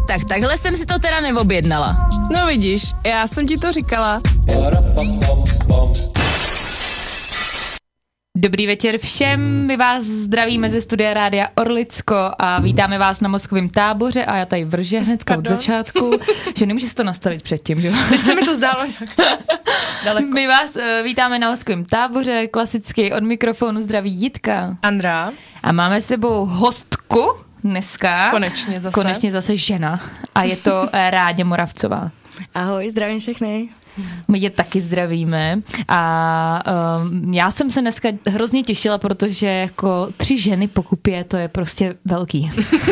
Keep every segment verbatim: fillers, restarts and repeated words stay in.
Tak takhle jsem si to teda neobjednala. No vidíš, já jsem ti to říkala. Dobrý večer všem, my vás zdravíme ze studia Rádia Orlicko a vítáme vás na mozkovém táboře a já tady vrže hnedka od začátku, že nemůžeš to nastavit předtím, že jo? Teď se mi to zdálo nějak daleko. My vás uh, vítáme na mozkovém táboře, klasicky od mikrofonu zdraví Jitka. Andrá. A máme s sebou hostku dneska. Konečně zase. Konečně zase žena a je to uh, Ráďa Moravcová. Ahoj, zdravím všechny. My je taky zdravíme a um, já jsem se dneska hrozně těšila, protože jako tři ženy po kupě, to je prostě velký.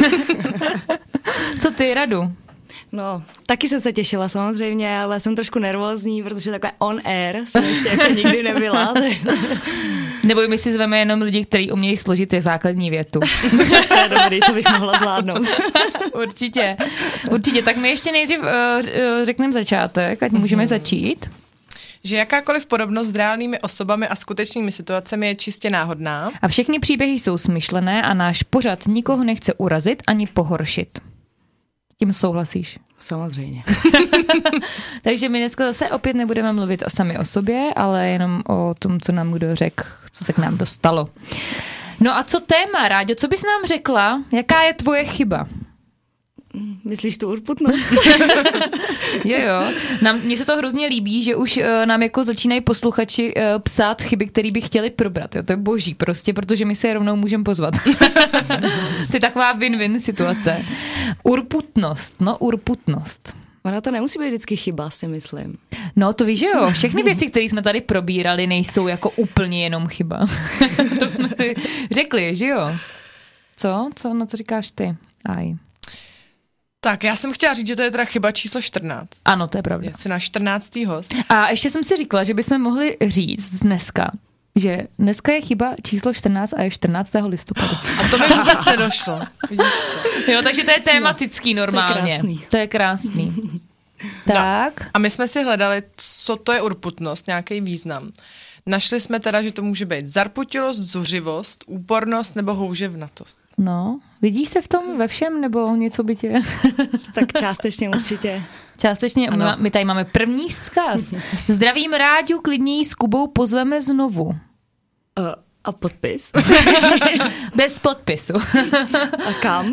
Co ty, Radu? No, taky jsem se těšila samozřejmě, ale jsem trošku nervózní, protože takhle on air jsem ještě jako nikdy nebyla. Neboj, my si zveme jenom lidi, kteří umějí složit je základní větu. To je dobrý, to bych mohla zvládnout. Určitě, určitě. Tak my ještě nejdřív uh, řekneme začátek, ať můžeme mm. začít. Že jakákoliv podobnost s reálnými osobami a skutečnými situacemi je čistě náhodná. A všechny příběhy jsou smyšlené a náš pořad nikoho nechce urazit ani pohoršit. Tím souhlasíš? Samozřejmě. Takže my dneska zase opět nebudeme mluvit o sami o sobě, ale jenom o tom, co nám kdo řekl, co se k nám dostalo. No a co téma, Ráďo, co bys nám řekla? Jaká je tvoje chyba? Myslíš tu urputnost? Jo, jo. Nám, mně se to hrozně líbí, že už uh, nám jako začínají posluchači uh, psát chyby, které by chtěli probrat. Jo. To je boží prostě, protože my se je rovnou můžeme pozvat. To je taková win-win situace. Urputnost, no urputnost. Ona to nemusí být vždycky chyba, si myslím. No to víš, že jo. Všechny věci, které jsme tady probírali, nejsou jako úplně jenom chyba. To jsme si řekli, že jo. Co? Co? No co říkáš ty? Aj. Tak, já jsem chtěla říct, že to je teda chyba číslo čtrnáct. Ano, to je pravda. Jsi náš čtrnáctý host. A ještě jsem si říkala, že bychom mohli říct dneska, že dneska je chyba číslo čtrnáct a je čtrnáctého listopadu. A to mi vůbec nedošlo. Vidíš to? Jo, takže to je tematický normálně. To je krásný. To je krásný. Tak. No, a my jsme si hledali, co to je urputnost, nějaký význam. Našli jsme teda, že to může být zarputilost, zuřivost, úpornost nebo houževnatost. No, vidíš se v tom ve všem, nebo něco by tě... Tak částečně určitě. Částečně, my, my tady máme první vzkaz. Zdravím Ráďu, klidně ji s Kubou pozveme znovu. Uh, a podpis? Bez podpisu. A kam?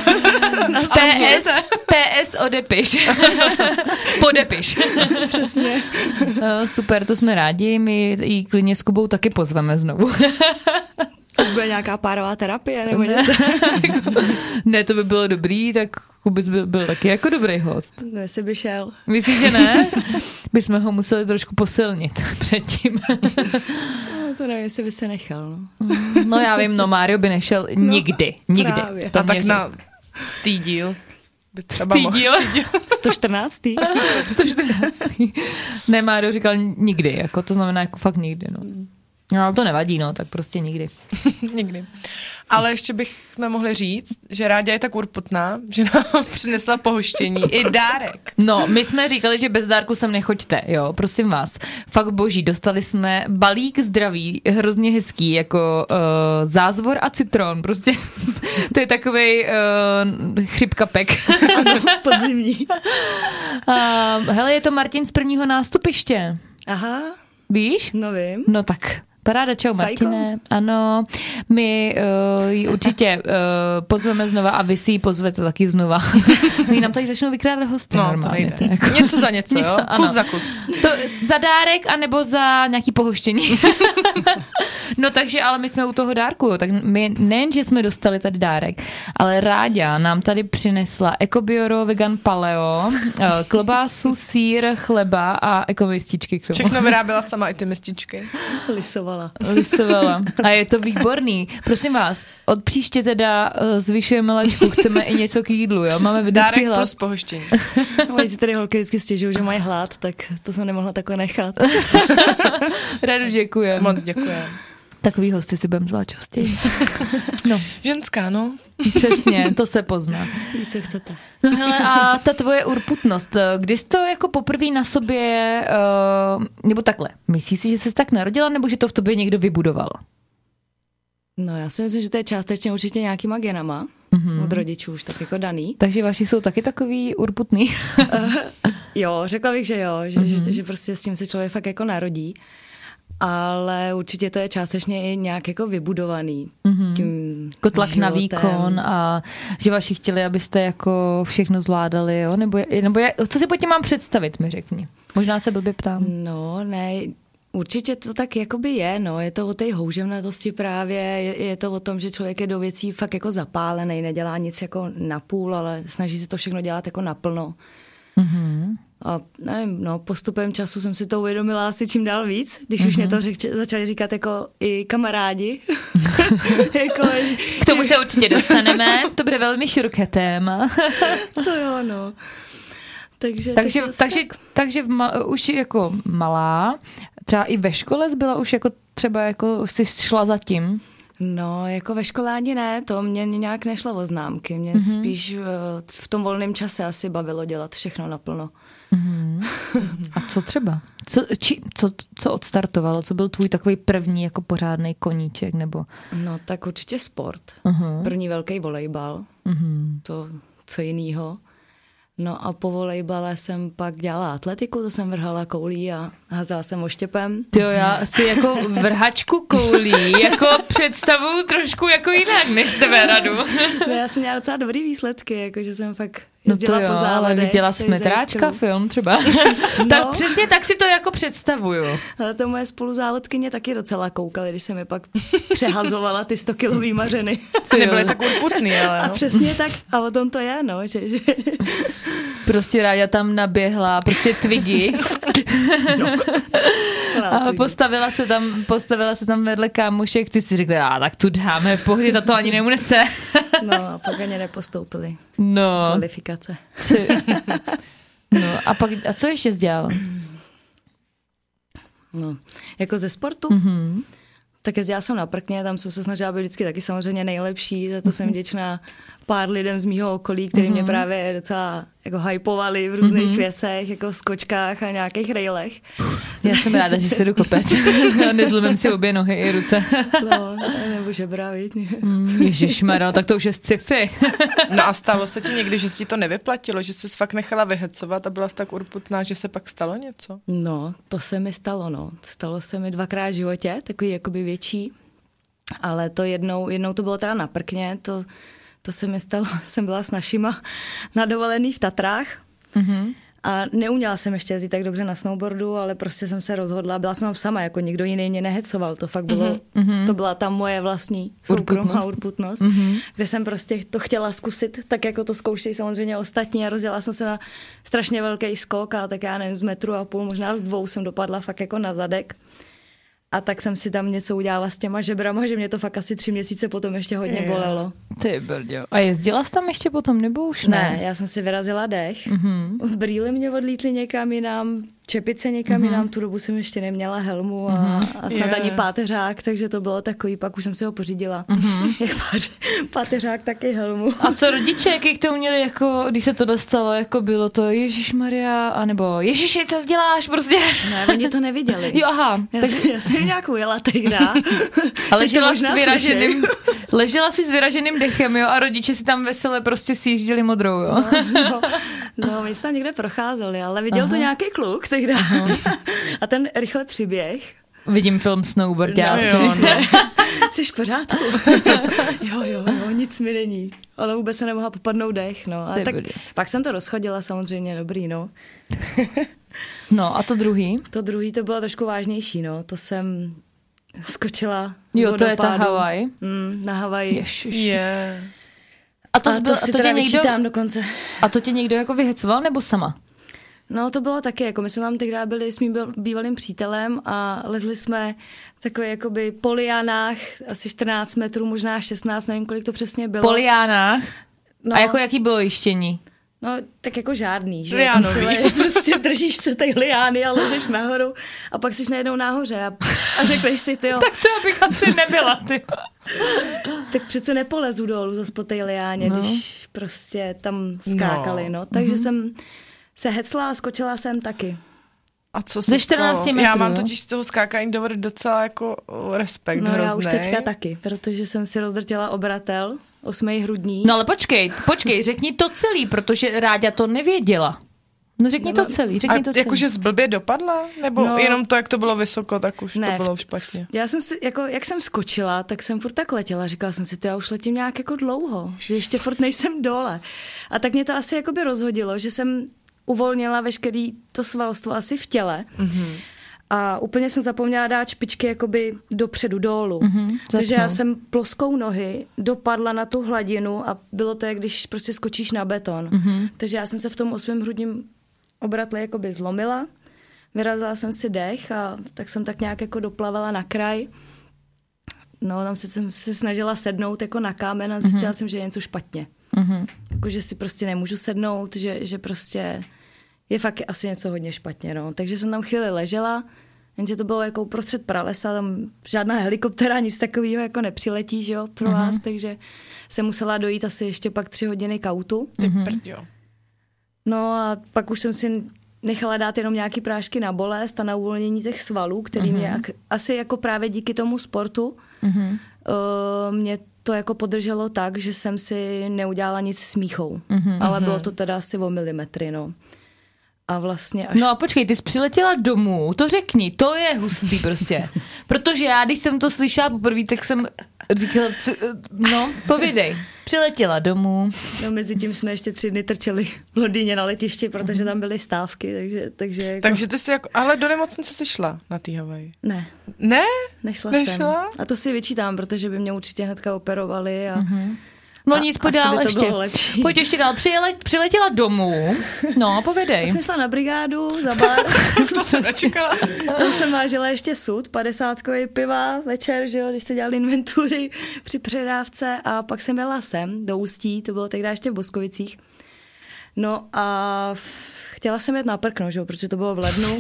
P S, P S odepiš. Podepiš. Přesně. No, super, to jsme rádi, my ji klidně s Kubou taky pozveme znovu. To bude nějaká párová terapie nebo něco. Ne, to by bylo dobrý, tak Kubis by byl taky jako dobrý host. No, jestli by šel. Myslíš, že ne? Bychom ho museli trošku posilnit předtím. No, to nevím, jestli by se nechal. No, no já vím, no Mário by nešel nikdy. No, nikdy. Právě. To a tak na stý díl by třeba mohl díl. sto čtrnáctý sto čtrnáctý Ne, Mário říkal nikdy, jako to znamená jako fakt nikdy, no. No, ale to nevadí, no, tak prostě nikdy. Nikdy. Ale ještě bychom mohli říct, že Ráďa je tak urputná, že nám přinesla pohoštění i dárek. No, my jsme říkali, že bez dárku sem nechoďte, jo, prosím vás. Fakt boží, dostali jsme balík zdraví, hrozně hezký, jako uh, zázvor a citron, prostě to je takovej uh, chřipkapek. Ano, podzimní. uh, hele, je to Martin z prvního nástupiště. Aha. Víš? No vím. No tak... Paráda, čau Martine. Ano, my uh, ji určitě uh, pozveme znova a vy si ji pozvete taky znova. My nám tady začnou vykrádat hosty no, normálně. To jako... Něco za něco, něco, jo? Kus ano. za kus. To, za dárek anebo za nějaký pohoštění. No takže, ale my jsme u toho dárku, tak my nejen, že jsme dostali tady dárek, ale Ráďa nám tady přinesla ekobioro, vegan paleo, klobásu, sýr, chleba a ekomističky k tomu. Všechno vyráběla sama, i ty mističky. Lisovala. Listovala. A je to výborný. Prosím vás, od příště teda uh, zvyšujeme laťku, chceme i něco k jídlu, jo? Máme vždycky dárek hlad. plus pohoštění. No, oni si tady holky vždycky stěžují, že mají hlad, tak to jsem nemohla takhle nechat. Rádu děkujem. Moc děkujem. Takový hosty si budem zvát častěji. No. Ženská, no. Přesně, to se pozná. Víc, co chcete. No hele, a ta tvoje urputnost, kdy jsi to jako poprvé na sobě, uh, nebo takhle, myslíš si, že jsi tak narodila, nebo že to v tobě někdo vybudoval? No já si myslím, že to je částečně určitě nějakýma genama. mm-hmm. od rodičů už tak jako daný. Takže vaši jsou taky takový urputný. Jo, řekla bych, že jo, že, mm-hmm. že, že prostě s tím se člověk fakt jako narodí. Ale určitě to je částečně i nějak jako vybudovaný. Mm-hmm. Tím jako tlak životem. Na výkon a že vaši chtěli, abyste jako všechno zvládali, jo? Nebo, nebo jak, co si pod tím mám představit, mi řekni. Možná se blbě ptám. No, ne, určitě to tak jakoby je, no. Je to o té houževnatosti právě, je, je to o tom, že člověk je do věcí fakt jako zapálený, nedělá nic jako napůl, ale snaží se to všechno dělat jako naplno. Mm-hmm. A nevím, no, postupem času jsem si to uvědomila asi čím dál víc, když mm-hmm. už mě to řek, začali říkat jako i kamarádi. jako, K tomu se určitě dostaneme, to bude velmi široké téma. To jo, no. Takže, takže, takže, takže, tak. takže ma, už jako malá, třeba i ve škole byla už jako třeba jako si šla za tím? No, jako ve škole ani ne, to mě nějak nešlo o známky, mě mm-hmm. spíš v tom volném čase asi bavilo dělat všechno naplno. Mm-hmm. A co třeba? Co, či, co, co odstartovalo? Co byl tvůj takový první jako pořádný koníček? Nebo? No tak určitě sport. Uh-huh. První velký volejbal. Uh-huh. To co jinýho. No a po volejbale jsem pak dělala atletiku, to jsem vrhala koulí a házela jsem oštěpem. Tyjo, já si jako vrhačku koulí jako představuju trošku jako jinak než tebe, Radu. No, já jsem měla docela dobrý výsledky, jakože jsem fakt no jezdila to jo, po závodech. Ale viděla jsi Metráčka film třeba. No. Tak přesně tak si to jako představuju. Ale to moje spoluzávodkyně taky docela koukaly, když jsem je pak přehazovala ty sto kilový mařeny. Nebyly tak urputný, ale no. A přesně tak, a o tom to je, no. Že, že... Prostě Ráďa tam naběhla, prostě Twiggy. No. A postavila se tam, postavila se tam vedle kámošek, ty si řekla, a tak tu dáme v pohodě, ta to ani neunese. No a pak ani nepostoupili. No. Kvalifikace. No a pak, a co ještě jsi dělala? No, jako ze sportu? Mm-hmm. Tak jezdila jsem na prkně, tam jsem se snažila být vždycky taky samozřejmě nejlepší, za to mm-hmm. jsem vděčná pár lidem z mýho okolí, kteří mm-hmm. mě právě docela jako hypovali v různých mm-hmm. věcech, jako skočkách a nějakých railech. Já jsem ráda, že se jdu kopec. Nezlomím si obě nohy i ruce. No, nebo žebra, víc. Mm, ježišmarja, tak to už je sci-fi. No a stalo se ti někdy, že si to nevyplatilo, že jsi fakt nechala vyhecovat a byla jsi tak urputná, že se pak stalo něco? No, to se mi stalo, no. Stalo se mi dvakrát v životě, takový jakoby větší, ale to jednou, jednou to bylo teda na prkně, to To se mi stalo, jsem byla s našima na dovolený v Tatrách mm-hmm. a neuměla jsem ještě jezdit tak dobře na snowboardu, ale prostě jsem se rozhodla, byla jsem tam sama, jako nikdo jiný mě nehecoval, to fakt bylo, mm-hmm. to byla tam moje vlastní soukromá urputnost, mm-hmm. kde jsem prostě to chtěla zkusit, tak jako to zkoušejí samozřejmě ostatní a rozjela jsem se na strašně velký skok a tak já nevím, z metru a půl, možná z dvou jsem dopadla fakt jako na zadek. A tak jsem si tam něco udělala s těma žebrama, že mě to fakt asi tři měsíce potom ještě hodně yeah. bolelo. Ty brďo. A jezdila jsi tam ještě potom, nebo už ne? Ne, já jsem si vyrazila dech. Mm-hmm. Brýle mě odlítly někam jinam, čepice někam mm-hmm. jinam, tu dobu jsem ještě neměla helmu a, mm-hmm. a snad yeah. ani páteřák, takže to bylo takový, pak už jsem si ho pořídila. Mm-hmm. Jak páteřák, taky helmu. A co rodiče, jaký k tomu měli, jako, když se to dostalo, jako bylo to Ježišmarja, anebo Ježiši, co děláš prostě? Ne, oni to neviděli. Jo, aha. Já, tak... jsem, já jsem nějak ujela tehda. A ležela s vyraženým, ležela si s vyraženým dechem, jo, a rodiče si tam vesele prostě sjížděli modrou, jo. No, no, no my jsme tam někde procházeli, ale viděl aha. to nějaký kluk tehda. A ten rychle přiběh. Vidím film Snowboard. No, jo, no. Jsi v pořádku? jo, jo, jo, nic mi není. Ale vůbec se nemohla popadnout dech, no. A tak, pak jsem to rozchodila samozřejmě, dobrý, no. No a to druhý? To druhý to bylo trošku vážnější, no. To jsem skočila jo, to je ta Havaj. Mm, na Havaji. Ježiš. Yeah. A to, a to si a to teda někdo, vyčítám dokonce. A to tě někdo jako vyhecoval, nebo sama? No to bylo taky, jako my jsme tam tehdy byli s mým bývalým přítelem a lezli jsme takové jakoby po liánách, asi čtrnáct metrů, možná šestnáct, nevím, kolik to přesně bylo. Po liánách? No, a jako jaký bylo jištění? No tak jako žádný, že? Liánový. Prostě držíš se té liány a lezeš nahoru a pak jsi najednou nahoře a, a řekneš si, tyjo. Tak to bych asi nebyla, ty. Tak přece nepolezu dolů zas po té liáně, no. Když prostě tam skákali, no. no. Takže mm-hmm. jsem se hecla a skočila jsem taky. A co se čtrnácti metrů, já mám totiž z toho skákání dovolit docela jako respekt no, hrozný. No já už teďka taky, protože jsem si rozdrtěla obratel osmý hrudní. No ale počkej, počkej, řekni to celý, protože Ráďa to nevěděla. No řekni no, to celý, řekni a to celý. jakože zblbě dopadla? Nebo no, jenom to, jak to bylo vysoko, tak už ne, to bylo špatně? Já jsem si, jako, jak jsem skočila, tak jsem furt tak letěla. Říkala jsem si, ty já už letím nějak jako dlouho, že ještě furt nejsem dole. A tak mě to asi jakoby rozhodilo, že jsem uvolnila veškerý to svalstvo asi v těle. Mm-hmm. A úplně jsem zapomněla dát špičky jakoby dopředu, dolů. Mm-hmm, Takže já jsem ploskou nohy dopadla na tu hladinu a bylo to, jak když prostě skočíš na beton. Mm-hmm. Takže já jsem se v tom osmém hrudním obratle jakoby zlomila, vyrazila jsem si dech a tak jsem tak nějak jako doplavala na kraj. No, tam se, jsem se snažila sednout jako na kámen a zjistila mm-hmm. jsem, že je něco špatně. Mm-hmm. Jako, že si prostě nemůžu sednout, že, že prostě je fakt asi něco hodně špatně, no. Takže jsem tam chvíli ležela, jenže to bylo jako uprostřed pralesa, tam žádná helikoptera, nic takového jako nepřiletí, že jo, pro vás, mm-hmm. takže jsem musela dojít asi ještě pak tři hodiny k autu. Ty mm-hmm. prdio. No a pak už jsem si nechala dát jenom nějaký prášky na bolest a na uvolnění těch svalů, který mm-hmm. mě asi jako právě díky tomu sportu mm-hmm. uh, mě to jako podrželo tak, že jsem si neudělala nic s míchou. Mm-hmm. Ale bylo to teda asi o milimetry, no. A vlastně až... No a počkej, ty jsi přiletěla domů, to řekni, to je hustý prostě. Protože já, když jsem to slyšela poprvé, tak jsem říkala, no, povídej. Přiletěla domů. No mezi tím jsme ještě tři dny trčeli v Londýně na letišti, protože tam byly stávky, takže... Takže, jako... takže ty jsi jako... Ale do nemocnice jsi šla na té Havaji? Ne. Ne? Nešla, Nešla jsem. A to si vyčítám, protože by mě určitě hnedka operovali a... Mm-hmm. No nic, pojď dál ještě. Pojď ještě dál. Přijele, přiletěla domů. No, povědej. Tak jsem šla na brigádu za bar. To jsem nečekala. Tam jsem vážila ještě sud, padesátkový piva večer, že jo, když se dělali inventury při předávce a pak jsem jela sem do Ústí, to bylo tehdy ještě v Boskovicích. No a chtěla jsem jet na prkno, že jo, protože to bylo v lednu.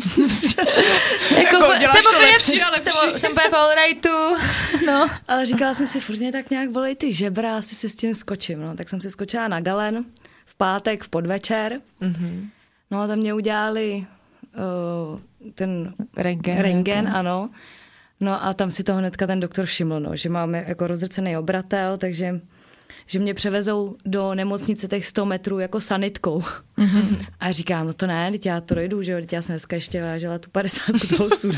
jako, jako děláš to lepší a lepší. Jsem, jsem úplně v allrightu. No. Ale říkala jsem si, furt mě tak nějak bolej ty žebra, asi si s tím skočím. No. Tak jsem si skočila na Galen v pátek v podvečer. Mm-hmm. No a tam mě udělali uh, ten rengen, rengen ano. No a tam si toho hnedka ten doktor všiml, no, že máme jako rozdrcený obratel, takže že mě převezou do nemocnice těch sto metrů jako sanitkou. Mm-hmm. A říkám, no to ne, teď já to dojdu, že jo, teď já jsem dneska ještě vážila tu padesátku toho suda.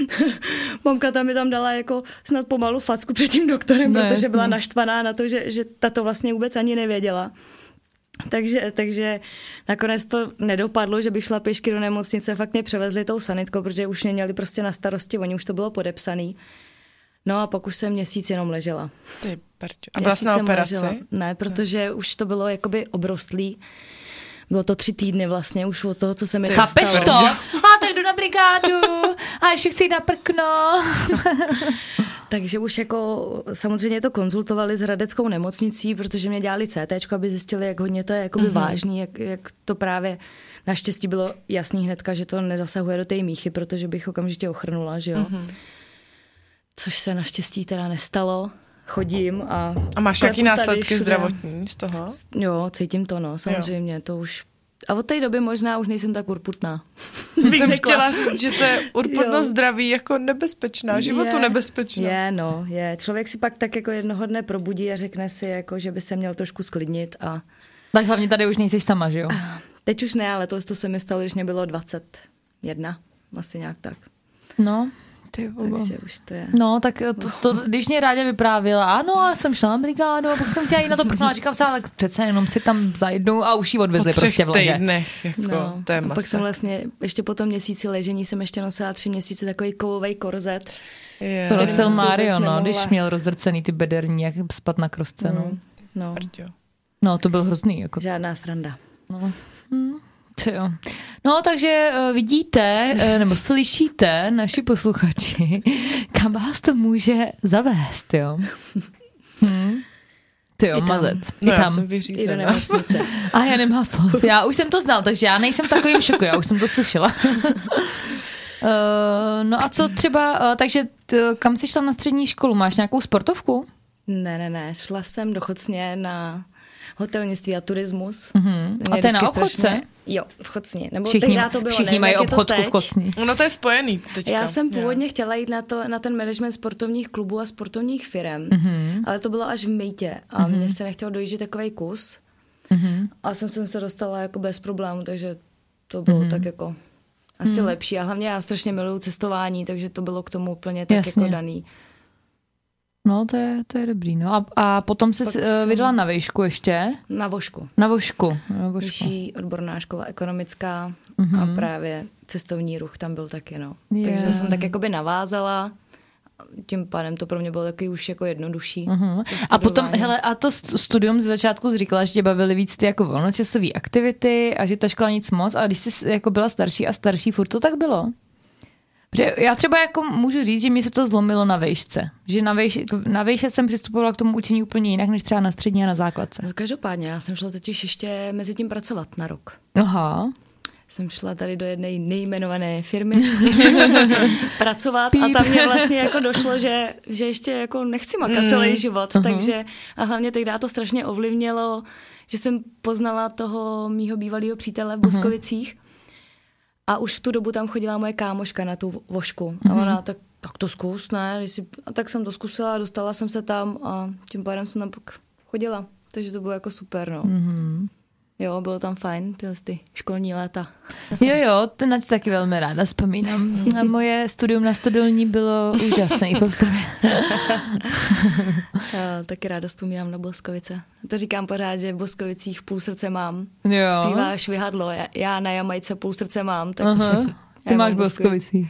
Mamka tam mi tam dala jako snad pomalu facku před tím doktorem, no, protože jasný. Byla naštvaná na to, že, že ta to vlastně vůbec ani nevěděla. Takže, takže nakonec to nedopadlo, že bych šla pěšky do nemocnice, fakt mě převezli tou sanitkou, protože už mě měli prostě na starosti, oni už to bylo podepsaný. No a pak už jsem měsíc jenom ležela. Ty prčo. A byla jsi na operaci? Ležela. Ne, protože no. už to bylo jakoby obrostlý. Bylo to tři týdny vlastně už od toho, co se mi to chápeš stalo. to? A tak jdu na brigádu a ještě chci jít na prkno. Takže už jako samozřejmě to konzultovali s hradeckou nemocnicí, protože mě dělali cé téčko, aby zjistili, jak hodně to je jakoby mm-hmm. vážný, jak, jak to právě naštěstí bylo jasný hnedka, že to nezasahuje do té míchy, protože bych okamžitě ochrnula, že jo. Mm-hmm. Což se naštěstí teda nestalo. Chodím a... A máš nějaký následky zdravotní z toho? Jo, cítím to, no, samozřejmě, jo. To už... A od té doby možná už nejsem tak urputná. To jsem řekla. Chtěla říct, že to je urputnost zdraví jako nebezpečná, životu je, nebezpečná. Je, no, je. Člověk si pak tak jako jednoho dne probudí a řekne si, jako, že by se měl trošku sklidnit a... Tak hlavně tady už nejsi sama, že jo? Teď už ne, ale to, to se mi stalo, když mě bylo dvacet jedna, asi nějak tak. No, takže už to je. No, tak to, to, když mě Ráďa vyprávěla, ano, a jsem šla na brigádu, a pak jsem chtěla jít na to prkno a říkám se, ale přece jenom si tam zajednou a už ji odvezli po prostě v leže. Týdnech, jako, no, to je a masa. pak jsem vlastně, ještě po tom měsíci ležení jsem ještě nosila tři měsíce takový kovový korzet. Yeah. To nosil Mário, no, když měl rozdrcený ty bederní, jak spad na krosce, no. Mm, no. No, to byl hrozný. Jako. Žádná sranda. No. Hmm. Jo. No, takže uh, vidíte, uh, nebo slyšíte, naši posluchači, kam vás to může zavést, jo? Hm? Ty jo, mazec. No, I já tam. jsem vyřízená. A já nemám slov. Já už jsem to znal, takže já nejsem takovým šoku, já už jsem to slyšela. uh, no a co třeba, uh, takže t, kam jsi šla na střední školu? Máš nějakou sportovku? Ne, ne, ne. Šla jsem do Chocně na hotelnictví a turismus. Mm-hmm. A to je na Obchodce? Strašně... Jo, v Chocni. Nebo všichni to bylo, všichni nevím, mají to obchodku v Chocni. No to je spojený teďka. Já jsem původně jo. chtěla jít na, to, na ten management sportovních klubů a sportovních firem, Mm-hmm. ale to bylo až v Mejtě a Mm-hmm. mně se nechtělo dojíždět takovej kus. Mm-hmm. A jsem, jsem se dostala jako bez problémů, takže to bylo Mm-hmm. tak jako asi Mm-hmm. lepší. A hlavně já strašně miluju cestování, takže to bylo k tomu úplně tak Jasně. jako daný. No, to je, to je dobrý. No a, a potom se Pak uh, jsem- vydala na výšku ještě. Na Vošku. Na Vošku. Na Vošku. Vyšší odborná škola ekonomická Mhm. a právě cestovní ruch tam byl taky, no. Je. Takže jsem tak jakoby navázala, tím pádem to pro mě bylo taky už jako jednodušší. Uhum. to A potom, studování. hele, a to stu- studium z začátku jsi říkala, že tě bavily víc ty jako volnočasové aktivity a že ta škola nic moc, a když jsi jako byla starší a starší, furt to tak bylo? Protože já třeba jako můžu říct, že mi se to zlomilo na vejšce. Že na, vejš, na vejšce jsem přistupovala k tomu učení úplně jinak, než třeba na střední a na základce. No, každopádně, já jsem šla totiž ještě mezi tím pracovat na rok. Aha. Jsem šla tady do jedné nejmenované firmy pracovat a tam mě vlastně jako došlo, že, že ještě jako nechci makat celý život, Mhm. takže a hlavně tehdy to strašně ovlivnilo, že jsem poznala toho mýho bývalého přítele v Boskovicích a už v tu dobu tam chodila moje kámoška na tu Vošku a ona tak, tak to zkus, ne? Když si, a tak jsem to zkusila, dostala jsem se tam a tím pádem jsem tam pak chodila, takže to bylo jako super, no. Mhm. Jo, bylo tam fajn, tyhle ty školní léta. Jo, jo, to na to taky velmi ráda vzpomínám. A moje studium na Stodolní bylo úžasné i v Ostravě. Já taky ráda vzpomínám na Boskovice. To říkám pořád, že v Boskovicích půl srdce mám. Jo. Zpívá Švihadlo, já, já na Jamajce půl srdce mám. Tak Aha, já ty mám máš Boskovicí.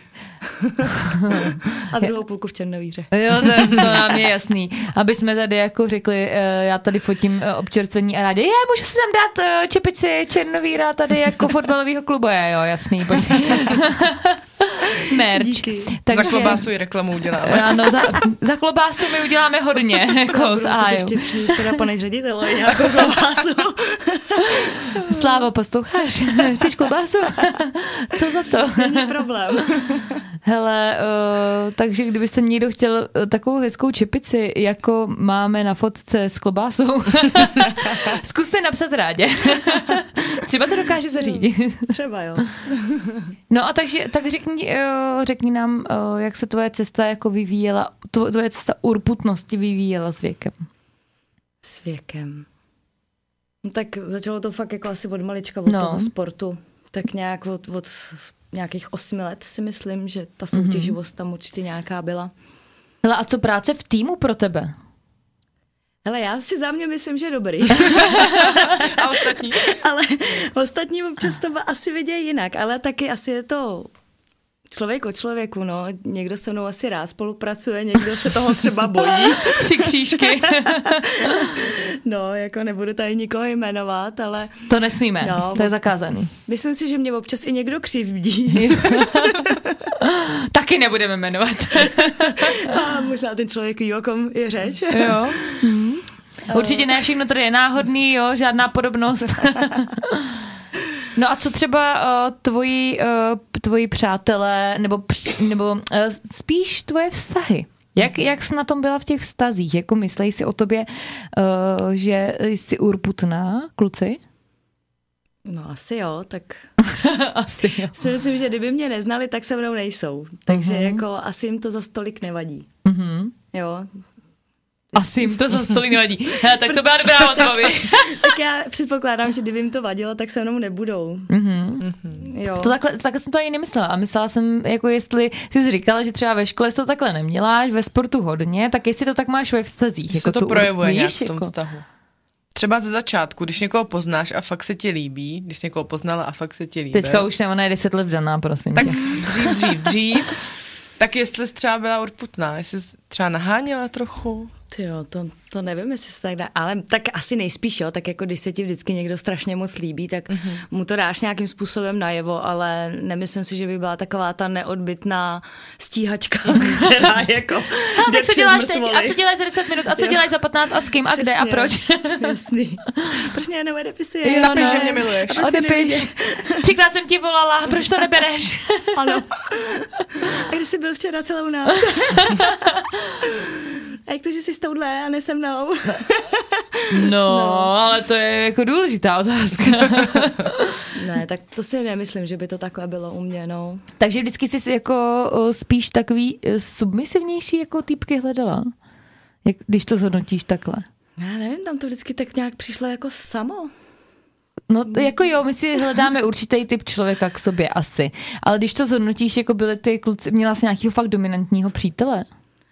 A druhou půlku v Černovíře. Jo, to, to nám je jasný. Aby jsme tady jako řekli, eh, já tady fotím eh, občerstvení a rádi, je, můžu si tam dát eh, čepici Černovíra tady jako fotbalového klubu, je, jo, jasný, pojď. Merch. Díky. Takže... Za klobásu i reklamu uděláme. Ano, za, za klobásu my uděláme hodně. Jako z Budu si ještě přinést teda pane řediteli nějakou klobásu. Slávo, posloucháš? Chceš klobásu? Co za to? Není problém. Hele, uh, takže kdybyste někdo chtěl uh, takovou hezkou čepici, jako máme na fotce s klobásou, zkuste napsat Rádě. Třeba to dokáže zařídit. Třeba jo. No a takže, tak řekni, uh, řekni nám, uh, jak se tvoje cesta jako vyvíjela, tvo, tvoje cesta urputnosti vyvíjela s věkem. S věkem. No tak začalo to fakt jako asi od malička, od No. toho sportu. Tak nějak od, od nějakých osmi let si myslím, že ta soutěživost tam určitě nějaká byla. Hele, a co práce v týmu pro tebe? Hele, já si za mě myslím, že dobrý. A ostatní? Ale ostatní občas to asi vidějí jinak, ale taky asi je to člověk o člověku, no. Někdo se mnou asi rád spolupracuje, někdo se toho třeba bojí. Tři křížky. No, jako nebudu tady nikoho jmenovat, ale To nesmíme, No, to je zakázaný. myslím si, že mě občas i někdo křivdí. Taky nebudeme jmenovat. A možná ten člověk ví, o kom je řeč. Jo. Mhm. Určitě ne, všechno tady je náhodný, jo, žádná podobnost. No a co třeba uh, tvoji, uh, tvoji přátelé, nebo, při- nebo uh, spíš tvoje vztahy? Jak, jak jsi na tom byla v těch vztazích? Jako myslej si o tobě, uh, že jsi urputná, kluci? No asi jo, tak Asi jo. si myslím, že kdyby mě neznali, tak se mnou nejsou. Takže jako asi jim to za stolik nevadí. Mhm. Jo. Asi jim to za stolik nevadí. Hele, tak to byla dobrá odpověď. Tak já předpokládám, že kdyby jim to vadilo, tak se mnou nebudou. Mhm. Jo. To takhle, takhle jsem to ani nemyslela. A myslela jsem, jako jestli ty jsi říkala, že třeba ve škole jsi to takhle neměla, ve sportu hodně, tak jestli to tak máš ve vztazích. Se jako to tu- projevuje víš, nějak v tom jako- vztahu. Třeba ze začátku, když někoho poznáš a fakt se ti líbí, když jsi někoho poznala a fakt se ti líbí. Teďka už ne, ona je deset let vdaná, prosím Tak tě. dřív, dřív, dřív. Tak jestli jsi třeba byla urputná, jestli jsi třeba naháněla trochu. Ty jo, to, to nevím, jestli se tak dá, ale tak asi nejspíš, jo, tak jako když se ti vždycky někdo strašně moc líbí, tak mm-hmm. mu to dáš nějakým způsobem najevo, ale nemyslím si, že by byla taková ta neodbytná stíhačka, která jako No, jde tak co přes děláš teď? mrtvoly. A co děláš za deset minut? A co Jo. děláš za patnáct? A s kým? A kde? A Přesně, proč? Jasný. Proč mě neodepisuješ? Jo, Napiš, no. že mě miluješ. A prostě Odepiš. Třikrát jsem ti volala, proč to nebereš? Ano. A když jsi byl včera celou noc? A jak to, že jsi s touhle a ne se mnou? No, no, ale to je jako důležitá otázka. Ne, tak to si nemyslím, že by to takhle bylo u mě, no. Takže vždycky jsi jako spíš takový submisivnější jako týpky hledala? Jak, když to zhodnotíš takhle? Já nevím, tam to vždycky tak nějak přišlo jako samo. No jako jo, my si hledáme určitý typ člověka k sobě asi. Ale když to zhodnotíš, jako byly ty kluci, měla jsi nějakého fakt dominantního přítele?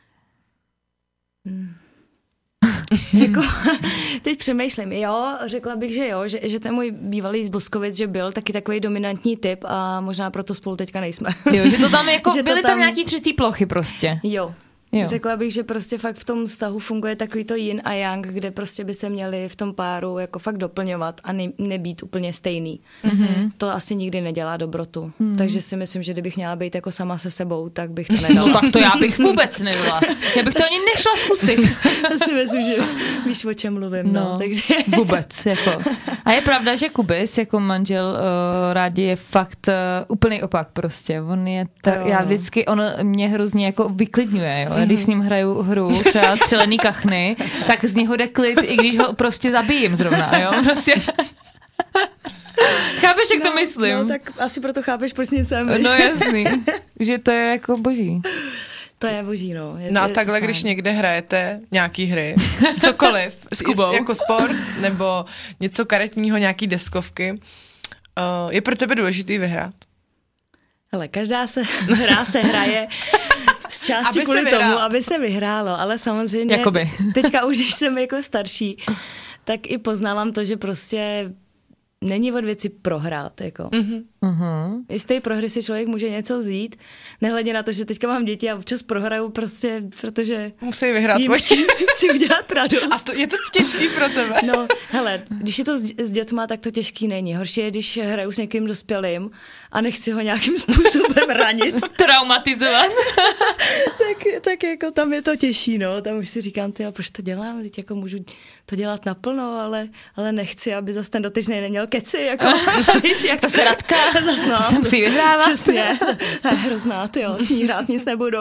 Hmm. jako, teď přemýšlím, jo, řekla bych, že jo, že, že ten můj bývalý z Boskovic, že byl taky takový dominantní typ a možná proto spolu teďka nejsme. Jo, že to tam jako, byly tam... tam nějaký třecí plochy prostě. Jo. Jo. Řekla bych, že prostě fakt v tom vztahu funguje takový to yin a yang, kde prostě by se měli v tom páru jako fakt doplňovat a ne, nebýt úplně stejný. Mm-hmm. To asi nikdy nedělá dobrotu. Mm. Takže si myslím, že kdybych měla být jako sama se sebou, tak bych to nedala. No tak to já bych vůbec nedala. Já bych to ani nešla zkusit. To si myslím, že víš, o čem mluvím. No, no takže... vůbec. Jako. A je pravda, že Kubis jako manžel uh, rádi je fakt uh, úplný opak prostě. On je ta, já vždycky, on mě hrozně jako vyklidňuje, jo. Když s ním hraju hru, třeba střelený kachny, tak z něho jde klid, i když ho prostě zabijím zrovna, jo, prostě. Chápeš, jak no, to myslím? No, tak asi proto chápeš, proč jsem sem. No jasný, že to je jako boží. To je boží, no. Je, no a je takhle, když někde hrajete nějaký hry, cokoliv, jako sport, nebo něco karetního, nějaký deskovky, uh, je pro tebe důležitý vyhrát? Hele, každá se hra se hraje z části aby kvůli tomu, aby se vyhrálo, ale samozřejmě Jakoby. teďka už, když jsem jako starší, tak i poznávám to, že prostě není od věci prohrát. Jako. Mm-hmm. Uh-huh. I z té prohry si člověk může něco vzít, nehledě na to, že teďka mám děti a občas prohraju prostě, protože musí vyhrát jim chci udělat radost. A to, je to těžký pro tebe? No, hele, když je to s, s dětma, tak to těžký není. Horší je, když hraju s někým dospělým a nechci ho nějakým způsobem ranit. Traumatizovat. tak, tak jako tam je to těžší, no. Tam už si říkám, ty, proč to dělám? Teď jako můžu to dělat naplno, ale, ale nechci, aby zase ten dotyčnej neměl keci. Jako, víš, jak to se Radka. No, to se musí vyhrávat. Přesně. To je hrozná, tyjo. S ní hrát nic nebudu.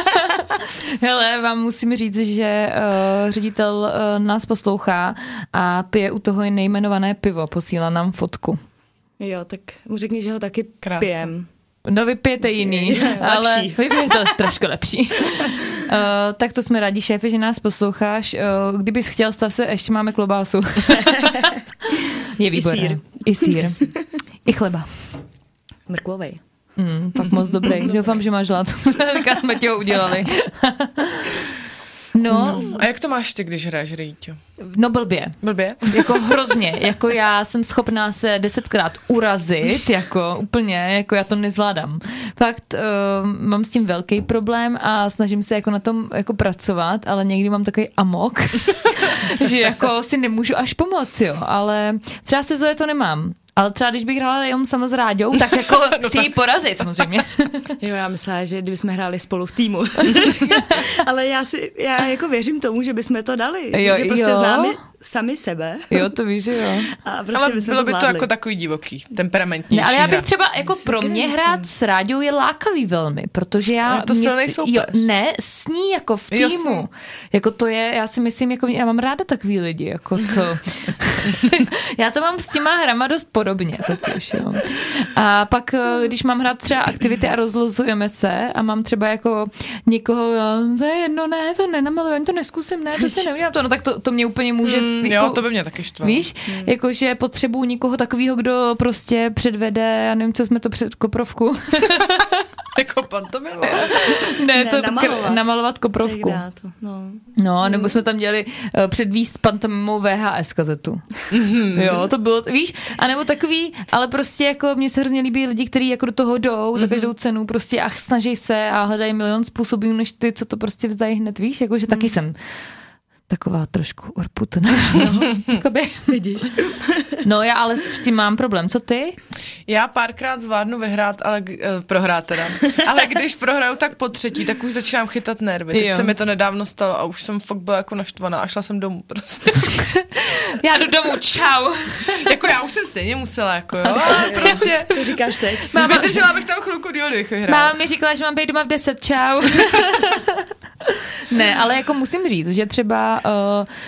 Hele, vám musím říct, že uh, ředitel uh, nás poslouchá a pije u toho nejmenované pivo. Posílá nám fotku. Jo, tak mu řekni, že ho taky Krása. pijem. No vy pijete jiný, je, ale lepší. vy pijete trošku lepší. uh, tak to jsme rádi, šéfe, že nás posloucháš. Uh, kdybys chtěl, stav se, ještě máme klobásu. Je výborné. I sír. I sír. I chleba. Mrkvovej. Mm, tak moc dobrý. Doufám, že máš hlad. Teďka jsme tě ho udělali. No. no. A jak to máš ty, když hraješ Rýťo? No blbě. Blbě? Jako hrozně. Jako já jsem schopná se desetkrát urazit, jako úplně, jako já to nezvládám. Fakt uh, mám s tím velký problém a snažím se jako na tom jako pracovat, ale někdy mám takový amok, že jako si nemůžu až pomoci, jo. Ale třeba se Zoe to nemám. Ale třeba když bych hrála jenom sama s Ráďou, tak jako no chci tak... jí porazit samozřejmě. Jo, já myslela, že kdybychom hráli spolu v týmu. Ale já si, já jako věřím tomu, že bychom to dali. Jo, že prostě jo. známe sami sebe. Jo, to víš, že jo. A prostě ale bychom bylo to by to jako takový divoký, temperamentnější. Ne, ale já bych hra. třeba, jako pro mě hrát s Ráďou je lákavý velmi, protože já... Je to silnej soupeř. Jo, ne, s ní jako v týmu. Jo, jako to je, já si myslím, jako já mám ráda takový lidi, jako co... Já to mám s těma hrama dost podobně, totiž, jo. A pak, když mám hrát třeba aktivity a rozlozujeme se a mám třeba jako někoho, to je jedno, ne, to nenamalujem, to neskusím, ne, to se neudělám to, no tak to, to mě úplně může... Mm, jako, jo, to by mě taky štvalo. Víš, mm. jakože potřebuju někoho takového, kdo prostě předvede, já nevím, co jsme to před koprovku. Jako pantomimu? Ne, ne, to namalovat, k- namalovat koprovku. To, no. no, nebo jsme tam měli uh, předvíst pantomimou V H S kazetu. Mm-hmm. Jo, to bylo, víš, a nebo takový, ale prostě jako mně se hrozně líbí lidi, kteří jako do toho jdou mm-hmm. za každou cenu prostě a snaží se a hledají milion způsobů, než ty, co to prostě vzdají hned, víš, jakože mm. taky jsem taková trošku urputná. No, vidíš. No já ale s tím mám problém. Co ty? Já párkrát zvládnu vyhrát, ale uh, prohrát teda. Ale když prohraju tak po třetí, tak už začínám chytat nervy. Teď jo. se mi to nedávno stalo a už jsem fakt byla jako naštvaná a šla jsem domů prostě. Já jdu domů, čau. Jako já už jsem stejně musela, jako jo. Ale prostě. To říkáš teď. Máma, vydržela bych tam chvilku díl, kdybych vyhrála. Máma mi říkala, že mám být doma v deset, čau. Ne, ale jako musím říct, že třeba uh,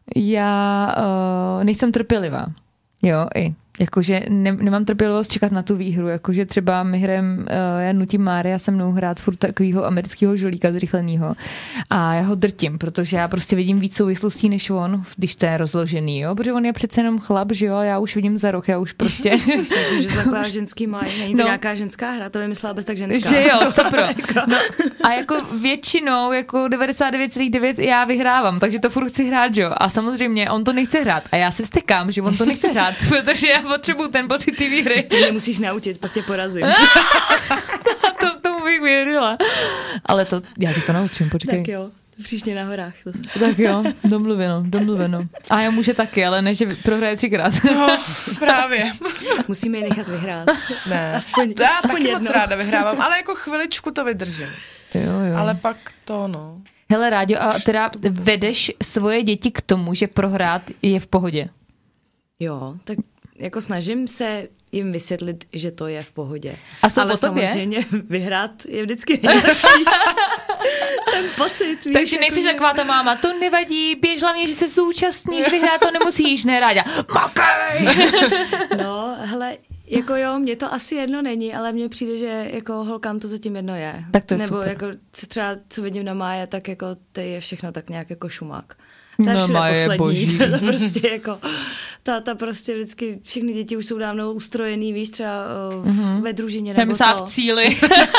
Já uh, nejsem trpělivá. Jo, i. Jakože ne, nemám trpělivost čekat na tu výhru, jakože třeba my hrajeme, uh, já nutím Mária se mnou hrát furt takovýho amerického žolíka zrychlenýho a já ho drtím, protože já prostě vidím víc souvislostí než on, když to je rozložený, jo, protože on je přece jenom chlap, že jo, ale já už vidím za rok, já už prostě... Myslím, že to taková ženský má, není to no. nějaká ženská hra, to vymyslela bez tak ženská. Že jo, stopro. No, a jako většinou, jako devadesát devět celá devět já vyhrávám, takže to furt chci hrát, že jo, a samozřejmě on to nechce hrát a já se vztekám, že on to nechce hrát, protože já potřebuju ten pocit té výhry. Ty mě musíš naučit, pak tě porazím. to tomu bych věřila. Ale to, já ti to naučím, počkej. Tak jo, příště na horách. To tak jo, domluveno, domluveno. A já může taky, ale ne, že prohraje třikrát. No, právě. Musíme ji nechat vyhrát. Ne, aspoň, to já aspoň taky jedno. moc ráda vyhrávám, ale jako chviličku to vydržím. Jo, jo. Ale pak to, no. Hele, Ráďo, a teda vedeš svoje děti k tomu, že prohrát je v pohodě? Jo, tak jako snažím se jim vysvětlit, že to je v pohodě. A jsou ale o tobě? samozřejmě vyhrát je vždycky nejlepší. Ten pocit. Víš, takže nejsi jako, taková ta máma, to nevadí, běž hlavně, že se zúčastníš, vyhrát to nemusíš, ne, Ráďa. Makej! No, hele, jako jo, mně to asi jedno není, ale mně přijde, že jako holkám to zatím jedno je. Tak to je Nebo super. jako třeba, co vidím na Máje, tak jako to je všechno tak nějak jako šumák. Ta No, Máje je boží. Ta prostě jako, ta, ta prostě vždycky, všechny děti už jsou dávno ustrojený, víš, třeba uh, mm-hmm. ve družině nebo Nemysá to. v cíli.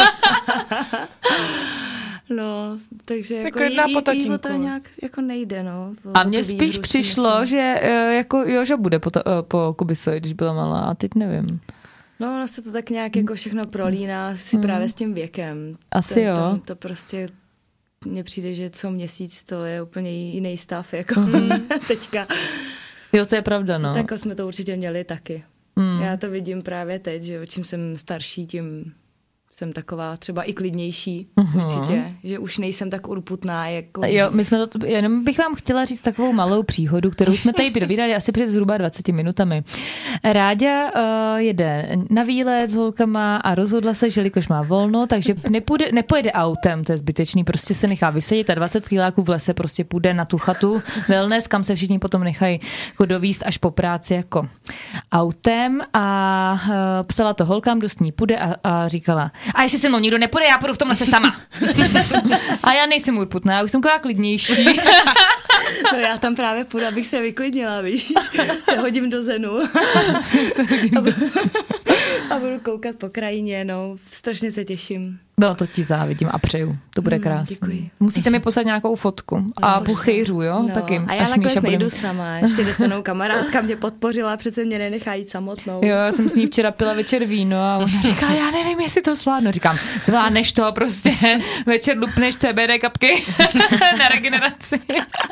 No, takže jako jako jedná jí, po jí, tatínku. jí to nějak jako nejde, no. To, A mně spíš přišlo, že uh, jako Joža bude po, to, uh, po Kubisovi, když byla malá, a teď nevím. No, ono se to tak nějak jako všechno prolíná si mm. právě s tím věkem. Asi ten, jo. Ten, to prostě mně přijde, že co měsíc to je úplně jiný stav, jako mm. teďka. Jo, to je pravda, no. Takhle jsme to určitě měli taky. Mm. Já to vidím právě teď, že čím jsem starší, tím jsem taková třeba i klidnější, uh-huh. určitě, že už nejsem tak urputná, jako... Jo, my jsme to, jenom bych vám chtěla říct takovou malou příhodu, kterou jsme tady povídali asi před zhruba dvaceti minutami. Ráďa uh, jede na výlet s holkama a rozhodla se, že jelikož má volno, takže nepůjde, nepojede autem, to je zbytečný, prostě se nechá vysedět a dvacet kiláků v lese prostě půjde na tu chatu wellness, kam se všichni potom nechají jako dovízt až po práci jako autem a uh, psala to holkám, kdo s ní půjde a, a říkala: a jestli se mnou nikdo nepůjde, já půjdu v tom lese sama. A já nejsem urputná, já už jsem taková klidnější. No já tam právě půjdu, abych se vyklidnila, víš. Se hodím do zenu. a, budu, a budu koukat po krajině, no. Strašně se těším. No, to ti závidím a přeju. To bude krásné. Děkuji. Musíte mi poslat nějakou fotku. A puchejřů, jo? No. Taky. A já nakonec Míša nejdu bude... sama. Ještě jde se mnou kamarádka, mě podpořila, přece mě nenechá jít samotnou. Jo, já jsem s ní včera pila večer víno a ona říká, já nevím, jestli to zvládnu. Říkám, zvládneš to prostě. Večer lupneš C B D kapky na regeneraci.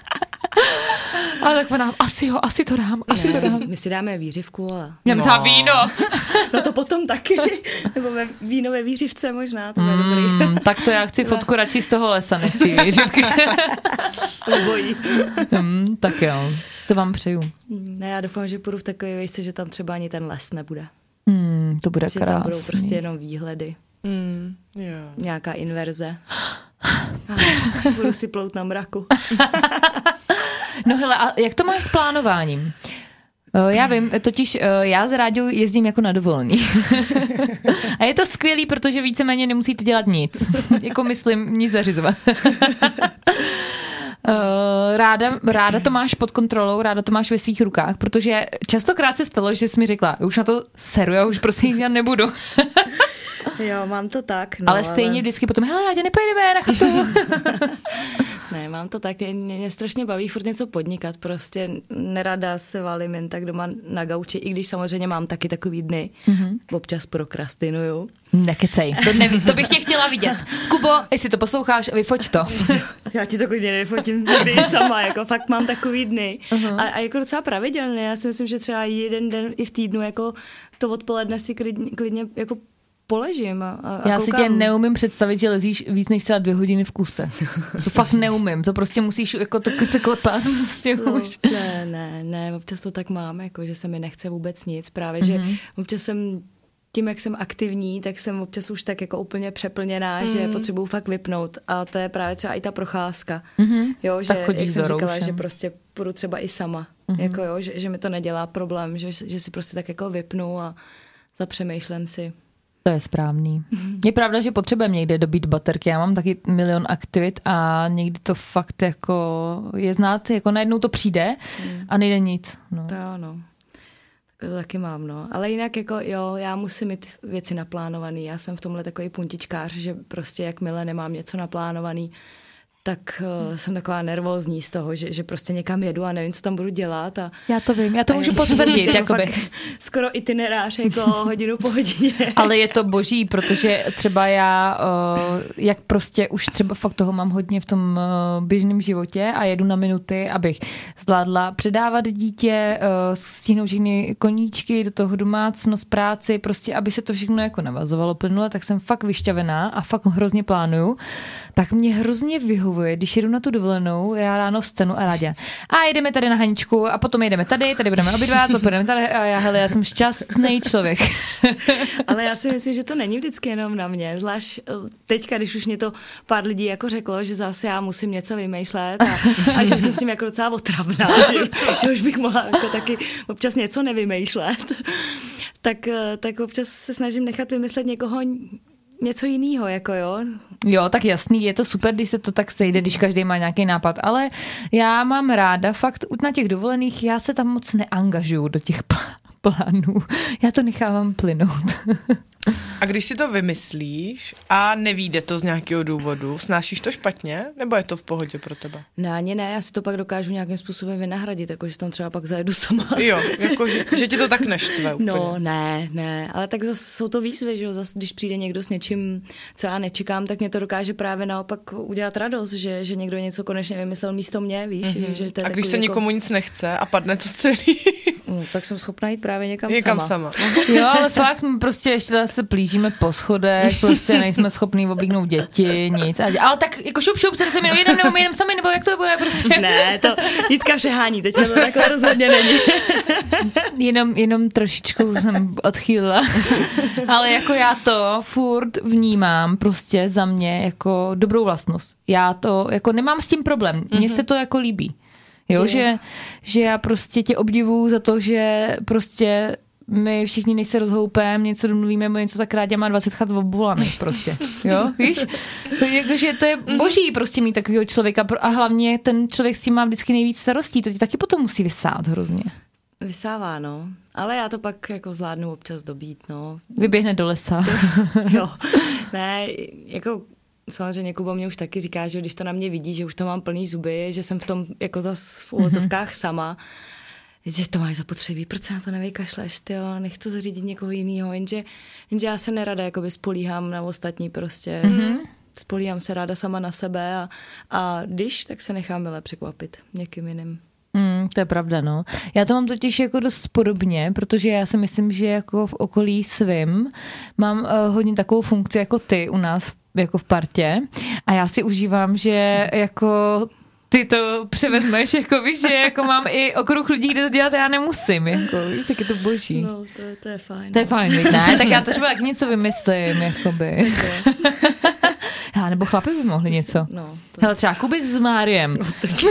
A tak ona, asi jo, asi to dám, asi ne, to dám. My si dáme výřivku a... Já no. Myslím víno. No to potom taky. Nebo ve, víno ve výřivce možná, to je mm, dobrý. Tak to já chci fotku radši z toho lesa, než z té výřivky. Bojí. mm, tak jo, to vám přeju. Ne, já doufám, že půjdu v takové vejce, že tam třeba ani ten les nebude. Mm, to bude že krásný. Že tam budou prostě jenom výhledy. Mm, jo. Nějaká inverze. A budu si plout na mraku. No hele, a jak to máš s plánováním? Já vím, totiž já s Ráďou jezdím jako na dovolený. A je to skvělý, protože víceméně nemusíte dělat nic. Jako myslím, nic zařizovat. Ráda, ráda to máš pod kontrolou, ráda to máš ve svých rukách, protože častokrát se stalo, že jsi mi řekla, už na to seru, já už prostě nic dělat nebudu. Jo, mám to tak. No, ale stejně ale... vždycky potom, hele Rádě, nepojedeme na chatu. Ne, mám to tak, mě, mě strašně baví furt něco podnikat, prostě nerada se valím jen tak doma na gauči, i když samozřejmě mám taky takový dny, mm-hmm. občas prokrastinuju. Nekecej, to, neví, to bych tě chtěla vidět. Kubo, jestli to posloucháš, vyfoť to. Já ti to klidně nevyfotím, někdy sama, jako fakt mám takový dny. Uh-huh. A, a jako docela pravidelně, já si myslím, že třeba jeden den i v týdnu, jako to odpoledne si klidně, klidně jako poležím a, a já koukám. si tě neumím představit, že lezíš víc než třeba dvě hodiny v kuse. To fakt neumím, to prostě musíš jako to se klepat. Prostě no, už. Ne, ne, ne, občas to tak mám, jako že se mi nechce vůbec nic, právě, mm-hmm. že občas jsem tím, jak jsem aktivní, tak jsem občas už tak jako úplně přeplněná, mm. že potřebuju fakt vypnout. A to je právě třeba i ta procházka. Mm-hmm. Jo, že, jak jsem říkala, roušem. že prostě půjdu třeba i sama. Mm-hmm. Jako jo, že, že mi to nedělá problém, že, že si prostě tak jako vypnu a zapřemýšlím si. To je správný. Je pravda, že potřebujeme někde dobít baterky. Já mám taky milion aktivit a někdy to fakt jako je znát, jako najednou to přijde a nejde nic. No. To ano. To taky mám, no. Ale jinak jako jo, já musím mít věci naplánovaný. Já jsem v tomhle takový puntičkář, že prostě jakmile nemám něco naplánovaný, tak uh, jsem taková nervózní z toho, že, že prostě někam jedu a nevím, co tam budu dělat. A, já to vím, já to můžu potvrdit. Jakoby. Skoro itinerář, jako hodinu po hodině. Ale je to boží, protože třeba já, uh, jak prostě už třeba fakt toho mám hodně v tom uh, běžném životě a jedu na minuty, abych zvládla předávat dítě, uh, stihnout všechny koníčky do toho domácnost, práci, prostě aby se to všechno jako navazovalo plynule, tak jsem fakt vyšťavená a fakt hrozně plánuju. Tak mě hrozně vyhovuje, když jedu na tu dovolenou, já ráno vstanu a rádi. A jedeme tady na Haničku a potom jedeme tady, tady budeme obědvat, potom budeme tady a já, hele, já jsem šťastný člověk. Ale já si myslím, že to není vždycky jenom na mě, zvlášť teďka, když už mě to pár lidí jako řeklo, že zase já musím něco vymýšlet a, a že jsem s tím jako docela otravná, že, že už bych mohla jako taky občas něco nevymýšlet, tak, tak občas se snažím nechat vymyslet někoho něco jiného, jako jo. Jo, tak jasný, je to super, když se to tak sejde, když každý má nějaký nápad, ale já mám ráda, fakt na těch dovolených, já se tam moc neangažuju do těch plánů. Já to nechávám plynout. A když si to vymyslíš a nevíde to z nějakého důvodu, snášíš to špatně, nebo je to v pohodě pro tebe? Ne, ani ne, já si to pak dokážu nějakým způsobem vynahradit, jakože tam třeba pak zajedu sama. Jo, jako, že, že ti to tak neštve úplně. No, ne, ne, ale tak zase jsou to výzvy, že jo, zase když přijde někdo s něčím, co já nečekám, tak mě to dokáže právě naopak udělat radost, že, že někdo něco konečně vymyslel místo mě, víš. Mm-hmm. Že to je a když se jako... nikomu nic nechce a padne to celý. No, tak jsem schopná jít právě někam, někam sama. sama. Jo, ale fakt prostě ještě se plížíme po schodech, prostě nejsme schopní oblíknout děti, nic. Ale tak jako šup, šup, se mi jedem nebo my jedem sami, nebo jak to bude prostě? Ne, to Jitka přehání, teď to takhle rozhodně není. Jenom, jenom trošičku jsem odchýlila. Ale jako já to furt vnímám prostě za mě jako dobrou vlastnost. Já to jako nemám s tím problém. Mně mm-hmm. se to jako líbí. Jo, je. že, že já prostě tě obdivuju za to, že prostě my všichni, než se rozhoupeme, něco domluvíme, nebo něco tak rádi má dvacet chat obvolaných prostě, jo, víš? To, jakože to je boží prostě mít takového člověka a hlavně ten člověk s tím má vždycky nejvíc starostí, to ti taky potom musí vysát hrozně. Vysává, no. Ale já to pak jako zvládnu občas dobít, no. Vyběhne do lesa. Jo, ne, jako... Samozřejmě Kuba mě už taky říká, že když to na mě vidí, že už to mám plný zuby, že jsem v tom jako zas v uvozovkách sama, že to máš zapotřebí, proč se na to nevykašleš, tyjo, nech to zařídit někoho jiného, jenže, jenže já se nerada jakoby spolíhám na ostatní prostě, mm-hmm. spolíhám se ráda sama na sebe a, a když, tak se nechám milé překvapit někým jiným. Mm, to je pravda, no. Já to mám totiž jako dost podobně, protože já si myslím, že jako v okolí svým mám uh, hodně takovou funkci jako ty u nás jako v partě a já si užívám, že jako ty to převezmeš, jako víš, že jako mám i okruh lidí, kde to dělat já nemusím, jako víš, tak je to boží. No, to, to je fajn. To je fajn, ne? Tak já to třeba tak něco vymyslím, jakoby. Já, nebo chlapi by mohli něco. No, to... Hele, třeba Kuby s Máriem. No,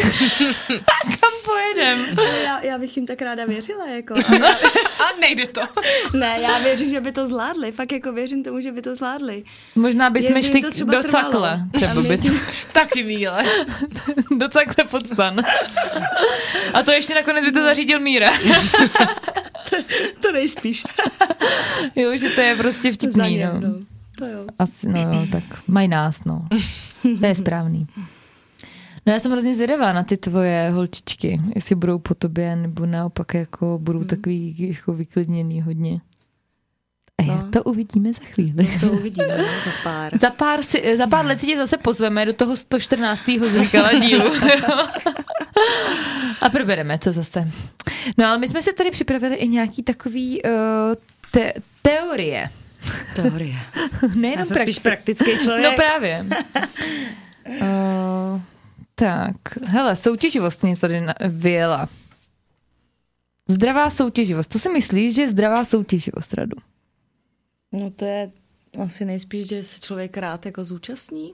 kam pojedem? Já, já bych jim tak ráda věřila, jako. A nejde to. Ne, já věřím, že by to zvládli. Fakt jako věřím tomu, že by to zvládli. Možná bychom šli do cakle. Třeba bys... Taky míle. Do cakle pod stan. A to ještě nakonec by to zařídil Míra. to, to nejspíš. Jo, že to je prostě vtipný, ně, no. no. To jo. Asi, no jo, tak mají nás, no. To je správný. No já jsem hrozně zvědavá na ty tvoje holčičky, jestli budou po tobě, nebo naopak jako budou hmm. takový jako vyklidněný hodně. A no. To uvidíme za chvíli. No, to uvidíme, no, za pár. Za pár, si, za pár let si tě zase pozveme do toho sto čtrnáctého zrykala dílu. A probereme to zase. No ale my jsme se tady připravili i nějaký takový uh, te- teorie. Teorie. Nejenom Já jsem spíš praktický člověk. No právě. uh, tak, hele, soutěživost mě tady vyjela. Zdravá soutěživost. Co si myslíš, že je zdravá soutěživost, Radu? No to je asi nejspíš, že se člověk rád jako zúčastní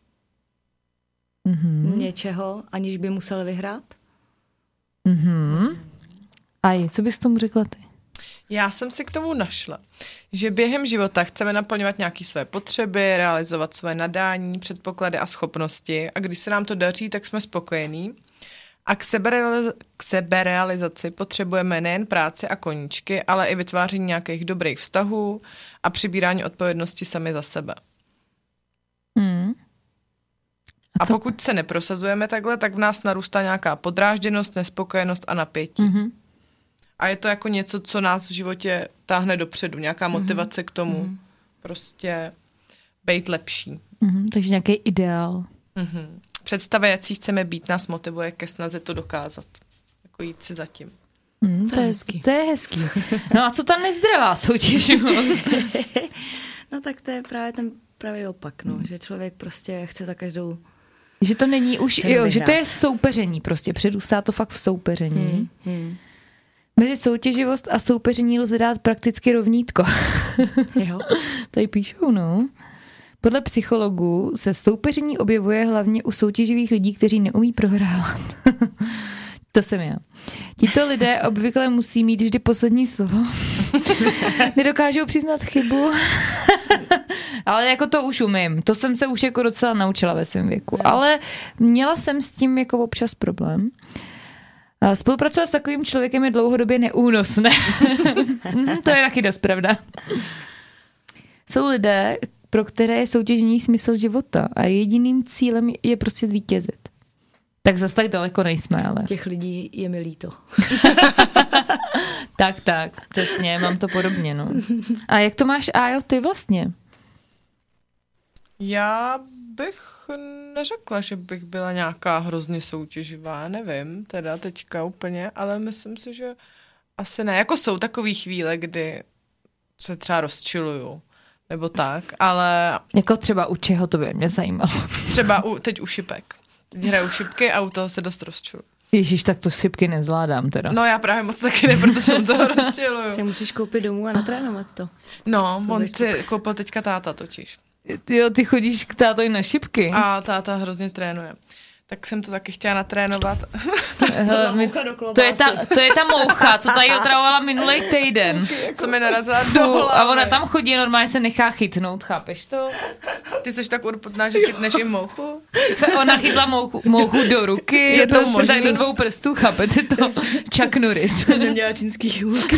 mm-hmm. něčeho, aniž by musel vyhrát. Mm-hmm. A co bys tomu řekla ty? Já jsem si k tomu našla, že během života chceme naplňovat nějaké své potřeby, realizovat své nadání, předpoklady a schopnosti a když se nám to daří, tak jsme spokojení. A k, seberealiz- k seberealizaci potřebujeme nejen práci a koníčky, ale i vytváření nějakých dobrých vztahů a přibírání odpovědnosti sami za sebe. Hmm. A, a pokud se neprosazujeme takhle, tak v nás narůstá nějaká podrážděnost, nespokojenost a napětí. Mm-hmm. A je to jako něco, co nás v životě táhne dopředu, nějaká motivace mm-hmm. k tomu mm-hmm. prostě být lepší. Mm-hmm. Takže nějaký ideál. Mm-hmm. Představa, jaký chceme být, nás motivuje ke snaze to dokázat. Jako jít si zatím. Mm, to, to je hezký. To je hezký. No a co ta nezdravá soutěž? No tak to je právě ten pravý opak, no, že člověk prostě chce za každou... Že to není už, jo, že to je soupeření prostě, předůstá to fakt v soupeření. Hmm, hmm. Mezi soutěživost a soupeření lze dát prakticky rovnítko. Jo. Tady píšou, no. Podle psychologů se soupeření objevuje hlavně u soutěživých lidí, kteří neumí prohrávat. To jsem já. Tito lidé obvykle musí mít vždy poslední slovo. Nedokážou přiznat chybu. Ale jako to už umím. To jsem se už jako docela naučila ve svém věku. No. Ale měla jsem s tím jako občas problém. Spolupracovat s takovým člověkem je dlouhodobě neúnosné. To je taky dost pravda. Jsou lidé, pro které je soutěžní smysl života a jediným cílem je prostě zvítězit. Tak zas tak daleko nejsme, ale... Těch lidí je mi líto. tak, tak, přesně, mám to podobně, no. A jak to máš, Ájo, ty vlastně? Já bych neřekla, že bych byla nějaká hrozně soutěživá, nevím, teda teďka úplně, ale myslím si, že asi ne. Jako jsou takové chvíle, kdy se třeba rozčiluju, nebo tak, ale... Jako třeba u čeho, to by mě zajímalo. Třeba u, teď u šipek. Teď hraju šipky a u toho se dost rozčiluju. Ježíš, tak to šipky nezvládám teda. No já právě moc taky ne, proto jsem toho rozčiluju. Si musíš koupit domů a natrénovat to. No, on si koupil teďka táta totiž. Jo, ty chodíš k tátovi na šipky. A táta hrozně trénuje. Tak jsem to taky chtěla natrénovat. Hele, my, to, je ta, to je ta moucha, co tady otravovala minulej týden. Co mi narazila do hlavy. A ona tam chodí, normálně se nechá chytnout, chápeš to? Ty jsi tak urputná, že chytneš i mouchu? Ona chytla mouchu, mouchu do ruky. Je to prostě možný. Tak do dvou prstů, chápete to? Chuck Norris. Jsem neměla čínský hůk.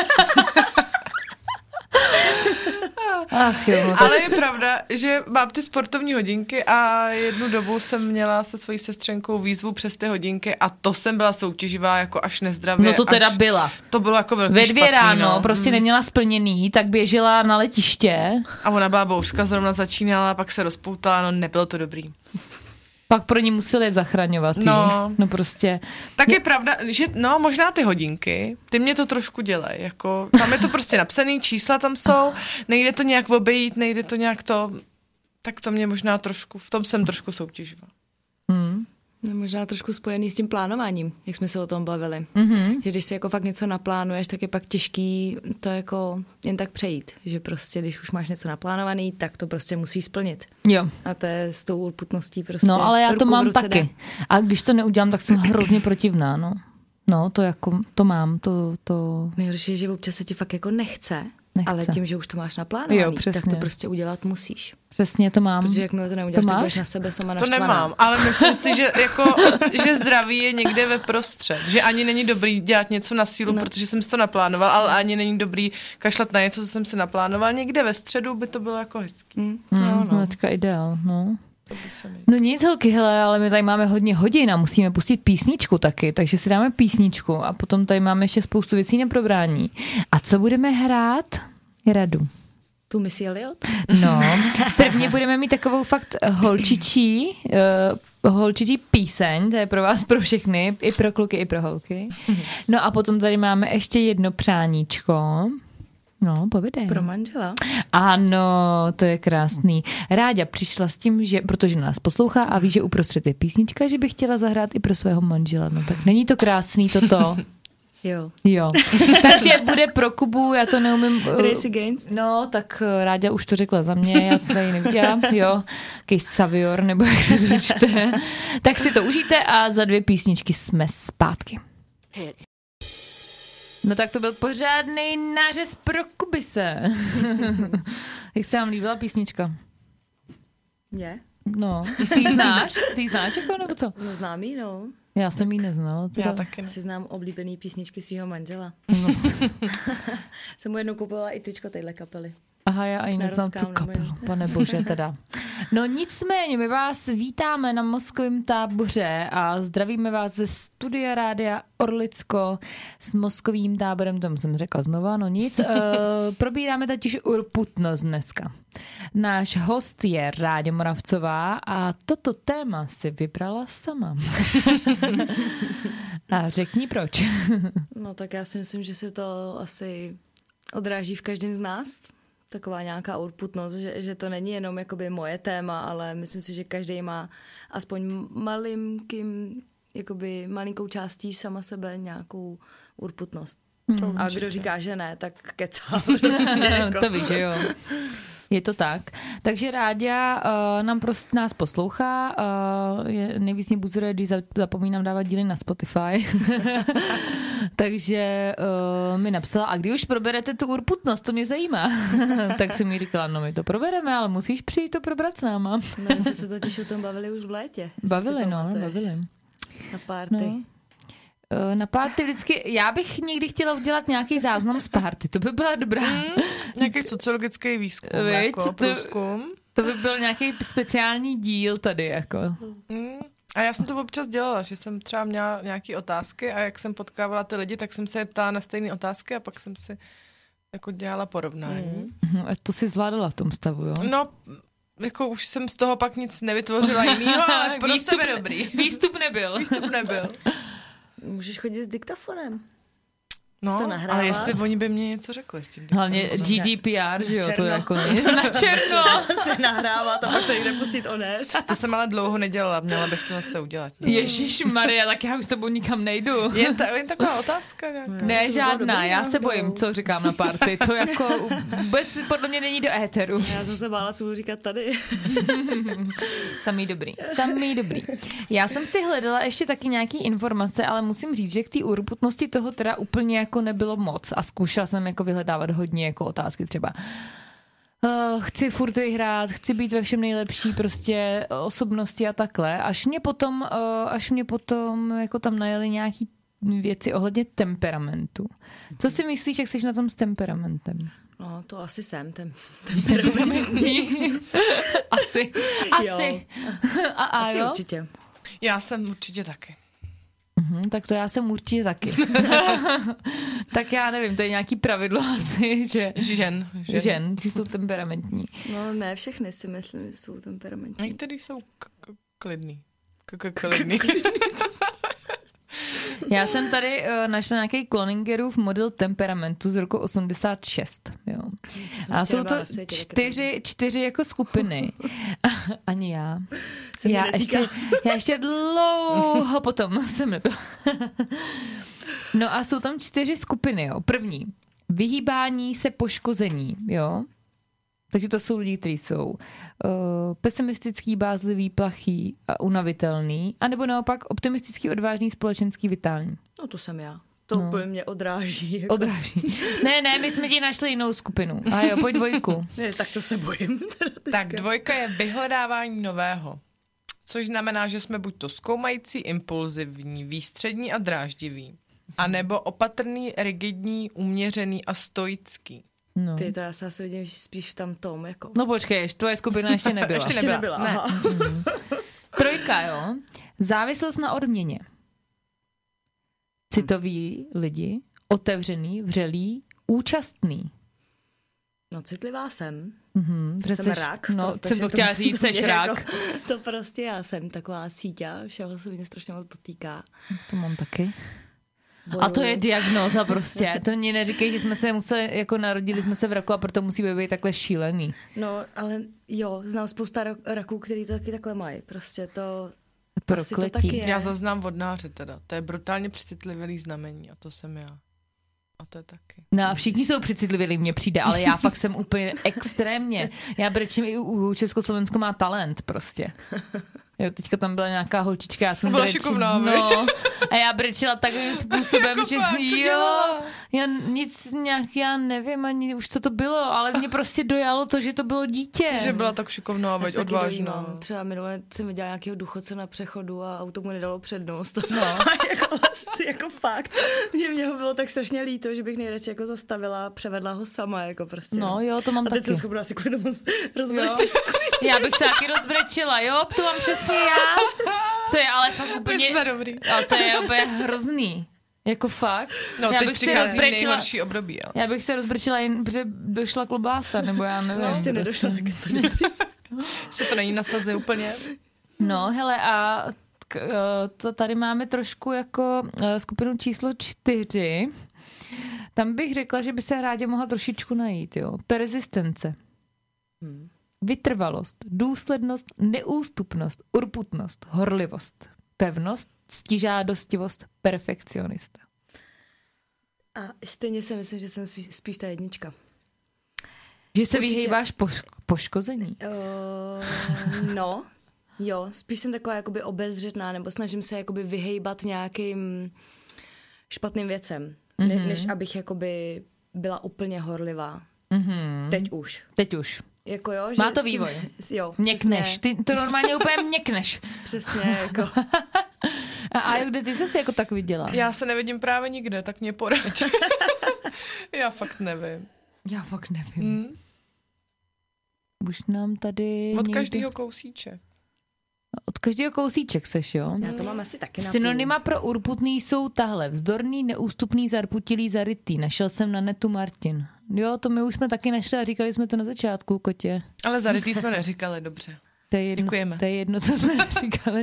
Ach jo, tak... Ale je pravda, že mám ty sportovní hodinky a jednu dobu jsem měla se svojí sestřenkou výzvu přes ty hodinky a to jsem byla soutěživá jako až nezdravě. No to teda až... byla. To bylo jako velký Ve dvě špatný, ráno no. prostě neměla splněný, tak běžela na letiště. A ona byla bouřka, zrovna začínala, pak se rozpoutala, no nebylo to dobrý. Pak pro ní museli zachraňovat. No. no prostě. Tak je pravda, že no možná ty hodinky, ty mě to trošku dělají, jako tam je to prostě napsaný, čísla tam jsou, nejde to nějak obejít, nejde to nějak to, tak to mě možná trošku, v tom jsem trošku soutěživá. Hmm. No, možná trošku spojený s tím plánováním, jak jsme se o tom bavili. Mm-hmm. Že když si jako fakt něco naplánuješ, tak je pak těžký to jako jen tak přejít. Že prostě, když už máš něco naplánovaný, tak to prostě musíš splnit. Jo. A to je s tou urputností prostě. No, ale já to mám taky. Jde. A když to neudělám, tak jsem hrozně protivná, no. No, to jako, to mám, to, to... Nejhorší je, že občas se ti fakt jako nechce, nechce. ale tím, že už to máš naplánovaný, jo, tak to prostě udělat musíš. Přesně, to mám. Protože jakmile to neuděláš, to tak budeš na sebe sama To naštvaná. nemám, ale myslím si, že, jako, že zdraví je někde ve prostřed. Že ani není dobrý dělat něco na sílu, no. Protože jsem si to naplánoval, ale ani není dobrý kašlat na něco, co jsem si naplánoval. Někde ve středu by to bylo jako hezký. Mm, no, no. Teďka ideál, no. To no nic, holky, hele, ale my tady máme hodně hodin a musíme pustit písničku taky, takže si dáme písničku a potom tady máme ještě spoustu věcí na probrání. A co budeme hrát? Radu. Tu Missy Elliott? No, prvně budeme mít takovou fakt holčičí, uh, holčičí píseň, to je pro vás, pro všechny, i pro kluky, i pro holky. No a potom tady máme ještě jedno přáníčko. No, povidej. Pro manžela. Ano, to je krásný. Ráďa přišla s tím, že, protože nás poslouchá a ví, že uprostřed je písnička, že by chtěla zahrát i pro svého manžela. No tak není to krásný toto? Jo. Jo. Takže bude pro Kubu, já to neumím. Race Against. No, tak Ráďa už to řekla za mě, já to tady neviděla. Jo. Kej Savior, nebo jak se to čte. Tak si to užijte a za dvě písničky jsme zpátky. No tak to byl pořádný nářez pro Kubise. Jak se vám líbila písnička? Mně? No, ty ji znáš? Ty ji znáš jako, nebo co? No znám jí, no. Já jsem ji neznala. Já taky ne. Si znám oblíbený písničky svého manžela. No. Jsem mu jednou koupila i tričko téhle kapely. Aha, já ani neznám tu kapelu, pane bože teda. No nicméně, my vás vítáme na Mozkovém táboře a zdravíme vás ze studia Rádia Orlicko s Mozkovým táborem, tomu jsem řekla znova, no nic. E, probíráme totiž urputnost dneska. Náš host je Ráďa Moravcová a toto téma si vybrala sama. A řekni proč. No tak já si myslím, že se to asi odráží v každém z nás. Taková nějaká urputnost, že, že to není jenom jakoby moje téma, ale myslím si, že každý má aspoň malinkým, jakoby malinkou částí sama sebe nějakou urputnost. Hmm. A kdo říká, že ne, tak kecá. Prostě, jako. To víš, že jo. Je to tak. Takže Ráďa uh, nám prostě nás poslouchá. Uh, je, nejvíc mě buzeruje, když zapomínám dávat díly na Spotify. Takže uh, mi napsala, a kdy už proberete tu urputnost, to mě zajímá. Tak jsem mi říkala, no my to probereme, ale musíš přijít to probrat s náma. No, my jsme se totiž o tom bavili už v létě. Bavili, no, bavili. Na párty. No. Na párty vždycky, já bych někdy chtěla udělat nějaký záznam z párty, to by byla dobrá. Mm, nějaký sociologický výzkum, Víč, jako to, průzkum. To by byl nějaký speciální díl tady, jako. Mm, a já jsem to občas dělala, že jsem třeba měla nějaké otázky a jak jsem potkávala ty lidi, tak jsem se je ptala na stejné otázky a pak jsem si jako dělala porovnání. Mm. A to si zvládala v tom stavu, jo? No, jako už jsem z toho pak nic nevytvořila jinýho, ale pro výstup, sebe dobrý. Výstup nebyl. Výstup nebyl. Můžeš chodit s diktafonem. No, ale jestli oni by mě něco řekli s tím diktafonem. Hlavně G D P R, že jo, černo. to jako na černo. Se nahrává, to pak to jde pustit onet. To jsem ale dlouho nedělala, měla bych to zase udělat. Ježišmarja, tak já už s tebou nikam nejdu. Jen, ta, jen taková otázka. Nějaká. Ne, žádná, já se bojím, co říkám na party. To jako vůbec podle mě není do éteru. Já jsem se bála, co budu říkat tady. Samý dobrý, samý dobrý. Já jsem si hledala ještě taky nějaký informace, ale musím říct, že k té urputnosti toho teda úplně jako nebylo moc a zkoušela jsem jako vyhledávat hodně jako otázky třeba. Uh, chci furt vyhrát, chci být ve všem nejlepší prostě osobnosti a takhle. Až mě potom, uh, až mě potom jako tam najeli nějaký věci ohledně temperamentu. Co si myslíš, jak jsi na tom s temperamentem? No, to asi jsem ten temperamentní. asi. Asi. A, a asi jo? určitě. Já jsem určitě taky. Uhum, tak to já jsem určitě taky. Tak já nevím, to je nějaký pravidlo asi, že žen, žen. žen, že jsou temperamentní. No ne, všechny si myslím, že jsou temperamentní. Některý jsou k- k- klidný. K- k- klidný. Já jsem tady uh, našla nějaký Cloningerův model temperamentu z roku osmdesát šest. Jo. A jsou to světě, čtyři, čtyři jako skupiny. Ani já. Se Já ještě, já ještě dlouho potom jsem nebyla. No a jsou tam čtyři skupiny. Jo. První. Vyhýbání se poškození. Jo. Takže to jsou lidi, kteří jsou uh, pesimistický, bázlivý, plachý a unavitelný, anebo naopak optimistický, odvážný, společenský, vitální. No to jsem já. To No. úplně mě odráží. Jako. Odráží. Ne, ne, my jsme ti našli jinou skupinu. A jo, pojď dvojku. Ne, tak to se bojím. Tak dvojka je vyhledávání nového. Což znamená, že jsme buď to zkoumající, impulzivní, výstřední a dráždivý. A nebo opatrný, rigidní, uměřený a stoický. No. Ty, to já se asi vidím spíš v tam tom, jako. No počkej, tvoje skupina ještě nebyla. Ještě Ještě nebyla. nebyla, aha. Mhm. Trojka, jo. Závislost na odměně. Citoví lidi, otevřený, vřelý, účastný. No citlivá jsem. Mhm, Jsem seš- rak. No, protože jsem to chtěla říct, seš mě rak. Jako, to prostě já jsem taková síťa, všeho se mě strašně moc dotýká. To mám taky. Bojuju. A to je diagnóza prostě. To mě neříkej, že jsme se museli, jako narodili jsme se v raku a proto musíme být takhle šílený. No, ale jo, znám spousta rak- raků, který to taky takhle mají. Prostě to... Asi to taky je. Já zaznám vodnáře teda. To je brutálně přecitlivělý znamení a to jsem já. A to je taky. No a všichni jsou přecitlivělí, mně přijde, ale já fakt jsem úplně extrémně. Já brečím i u Československo má talent prostě. Jo, teďka tam byla nějaká holčička, já jsem brečila. No, a já brečila takovým způsobem, jako že fakt, jo, já nic nějak, já nevím ani už co to bylo, ale mě prostě dojalo to, že to bylo dítě. Že byla tak šikovná, veď odvážná. Třeba minule jsem viděla nějakého důchodce na přechodu a auto mu nedalo přednost. No. jako, vlastně, jako fakt. Mě, mě ho bylo tak strašně líto, že bych nejradši jako zastavila, převedla ho sama, jako prostě. No jo, to mám a taky. A teď jsem schopná si kvůli tomu rozbrečit. Já bych se taky rozbrečila, jo, to mám přesně já. To je ale fakt úplně... My jsme dobrý. Ale to je úplně hrozný. Jako fakt. No, já teď bych přichází nejhorší období. Ale. Já bych se rozbrečila jen, protože došla klobása, nebo já nevím. No, ještě nedošla, tak to dobrý. Že to není na saze úplně. No, hele, a k, to tady máme trošku jako skupinu číslo čtyři. Tam bych řekla, že by se Rádě mohla trošičku najít, jo. Persistence. Hmm. Vytrvalost, důslednost, neústupnost, urputnost, horlivost, pevnost, ctižádostivost, perfekcionista. A stejně si myslím, že jsem spíš, spíš ta jednička. Že se Určitě. vyhýbáš poš- poškození? Uh, no, jo, spíš jsem taková jakoby obezřetná, nebo snažím se jakoby vyhejbat nějakým špatným věcem, mm-hmm. ne, než abych jakoby byla úplně horlivá. Mm-hmm. Teď už. Teď už. Jako jo, že má to tím, vývoj. Jo, měkneš. Ty to normálně úplně měkneš. Přesně, jako. A Ajo, kde ty jsi se jako tak viděla? Já se nevidím právě nikde, tak mě poraď. Já fakt nevím. Já fakt nevím. Hmm. Už nám tady... Od někde... každého kousíček. Od každého kousíček seš, jo? Já to mám asi taky na Synonyma pro urputný jsou tahle. Vzdorný, neústupný, zarputilý, zarytý. Našel jsem na netu Martin. Jo, to my už jsme taky našli a říkali jsme to na začátku, Kotě. Ale zarytý jsme neříkali, dobře. To je jedno, Děkujeme. To je jedno, co jsme neříkali.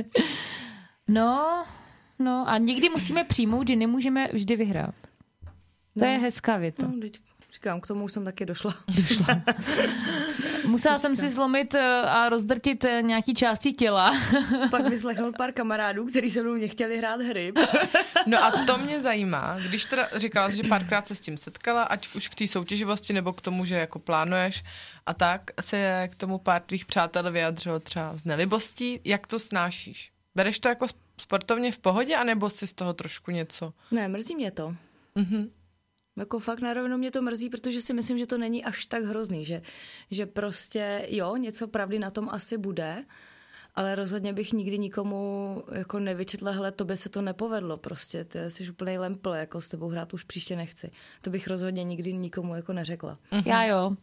No, no a někdy musíme přijmout, že nemůžeme vždy vyhrát. To no. je hezká věta. No, říkám, k tomu už jsem taky došla. Došla. Musela jsem si zlomit a rozdrtit nějaký části těla. Pak vyslechnout pár kamarádů, kteří se mnou nechtěli hrát hry. No a to mě zajímá, když teda říkala, že párkrát se s tím setkala, ať už k té soutěživosti nebo k tomu, že jako plánuješ a tak, se k tomu pár tvých přátel vyjadřilo třeba z nelibostí. Jak to snášíš? Bereš to jako sportovně v pohodě, anebo si z toho trošku něco? Ne, mrzí mě to. Mhm. Jako fakt narovno mě to mrzí, protože si myslím, že to není až tak hrozný, že, že prostě jo, něco pravdy na tom asi bude, ale rozhodně bych nikdy nikomu jako nevyčetla, hele, tobě se to nepovedlo prostě, ty jsi úplnej lempl, jako s tebou hrát už příště nechci. To bych rozhodně nikdy nikomu jako neřekla. Já jo.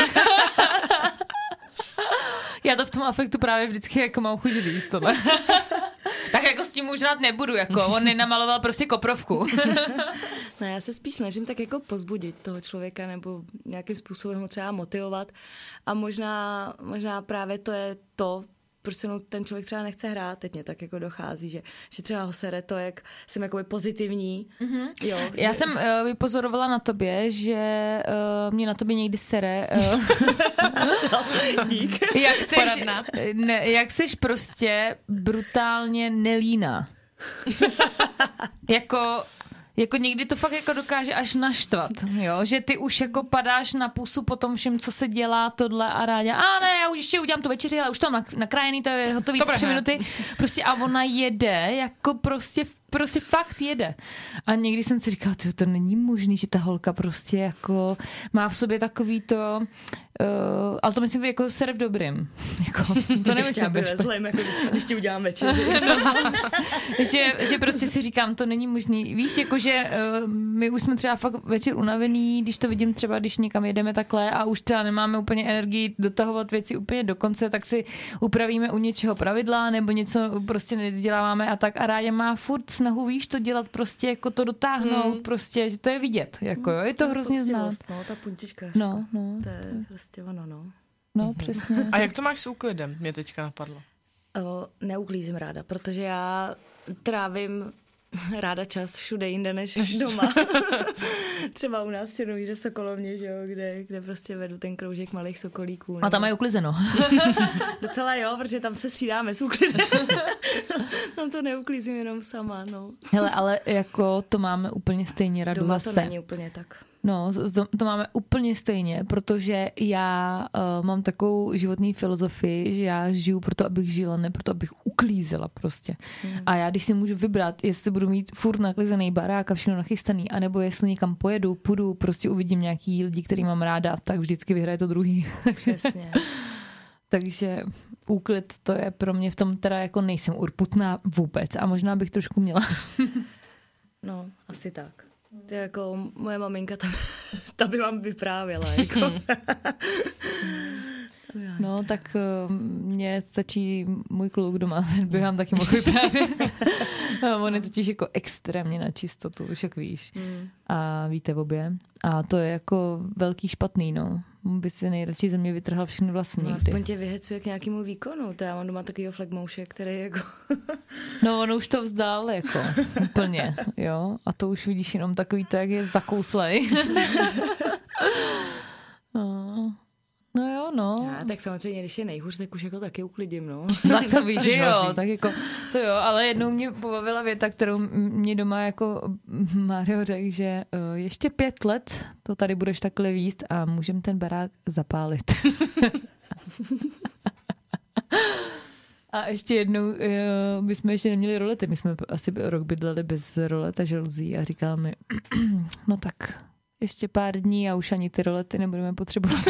Já to v tom afektu právě vždycky jako mám chuť říct tohle. Tak jako s tím už rád nebudu, jako on nenamaloval prostě koprovku. Ne, já se spíš snažím tak jako pozbudit toho člověka nebo nějakým způsobem ho třeba motivovat a možná, možná právě to je to, proč se mnou ten člověk třeba nechce hrát, teď mě tak jako dochází, že, že třeba ho sere to, jak jsem jakoby pozitivní. Mm-hmm. Jo, Já že... jsem uh, vypozorovala na tobě, že uh, mě na tobě někdy sere. Uh, Dík. jak seš, ne, jak seš prostě brutálně nelíná. jako... Jako někdy to fakt jako dokáže až naštvat, jo? Že ty už jako padáš na pusu po tom všem, co se dělá tohle a Ráďa, a ne, já už ještě udělám tu večeři, ale už to mám nakrájený, to je hotový za tři minuty. Prostě a ona jede, jako prostě, prostě fakt jede. A někdy jsem si říkala, to není možný, že ta holka prostě jako má v sobě takový to, uh, ale to myslím jako sere v dobrým. Jako, to nemyslím. Ještě ve zlém, jako když ti udělám večeři. že, že prostě si říkám, to není možný. Víš, jakože uh, my už jsme třeba fakt večer unavený, když to vidím třeba, když někam jedeme takhle a už třeba nemáme úplně energii dotahovat věci úplně do konce, tak si upravíme u něčeho pravidla nebo něco prostě neděláváme a tak a Ráďa má furt snahu, víš, to dělat prostě, jako to dotáhnout hmm. prostě, že to je vidět, jako jo, je to hrozně znát. No, ta puntička. No, no. To je prostě ono, no. No, mm-hmm. přesně. A jak to máš s úklidem? Mě teďka napadlo. O, neuklízím ráda, protože já trávím ráda čas všude jinde než doma. Třeba u nás v Černovíře Sokolovně, že jo, kde, kde prostě vedu ten kroužek malých sokolíků. A tam mají uklizeno. Docela jo, protože tam se střídáme s úklidem. Tam to neuklízím jenom sama, no. Hele, ale jako to máme úplně stejně, Radu. Doma to není úplně tak. No, to, to máme úplně stejně, protože já uh, mám takovou životní filozofii, že já žiju proto, abych žila, ne proto, abych uklízela prostě. Hmm. A já, když si můžu vybrat, jestli budu mít furt naklizený barák a všechno nachystaný, anebo jestli někam pojedu, půjdu, prostě uvidím nějaký lidi, který mám ráda, tak vždycky vyhraje to druhý. Přesně. Takže úklid, to je pro mě v tom teda jako nejsem urputná vůbec a možná bych trošku měla. No, asi tak. To je jako moje maminka, ta, ta by vám vyprávěla. Jako. No, tak mně stačí můj kluk doma, by vám taky mohl vyprávět. On je totiž jako extrémně na čistotu, už jak víš. Mm. A víte obě. A to je jako velký špatný, no. By si nejradši ze mě vytrhal všechny vlastní. No, aspoň tě vyhecuje k nějakému výkonu. To já mám doma takovýho flagmouše, který jako... No, on už to vzdal, jako, úplně, jo. A to už vidíš jenom takový to, jak je zakouslej. No. No jo, no. Já, tak samozřejmě, když je nejhůř, tak už jako taky uklidím, no. Tak to víš, že jo, tak jako, to jo, ale jednou mě pobavila věta, kterou mě doma jako Mário řekl, že uh, ještě pět let to tady budeš takhle víst a můžem ten barák zapálit. A ještě jednou uh, my jsme ještě neměli rolety, my jsme asi rok bydleli bez rolet a žaluzí a říkal mi, no tak ještě pár dní a už ani ty rolety nebudeme potřebovat.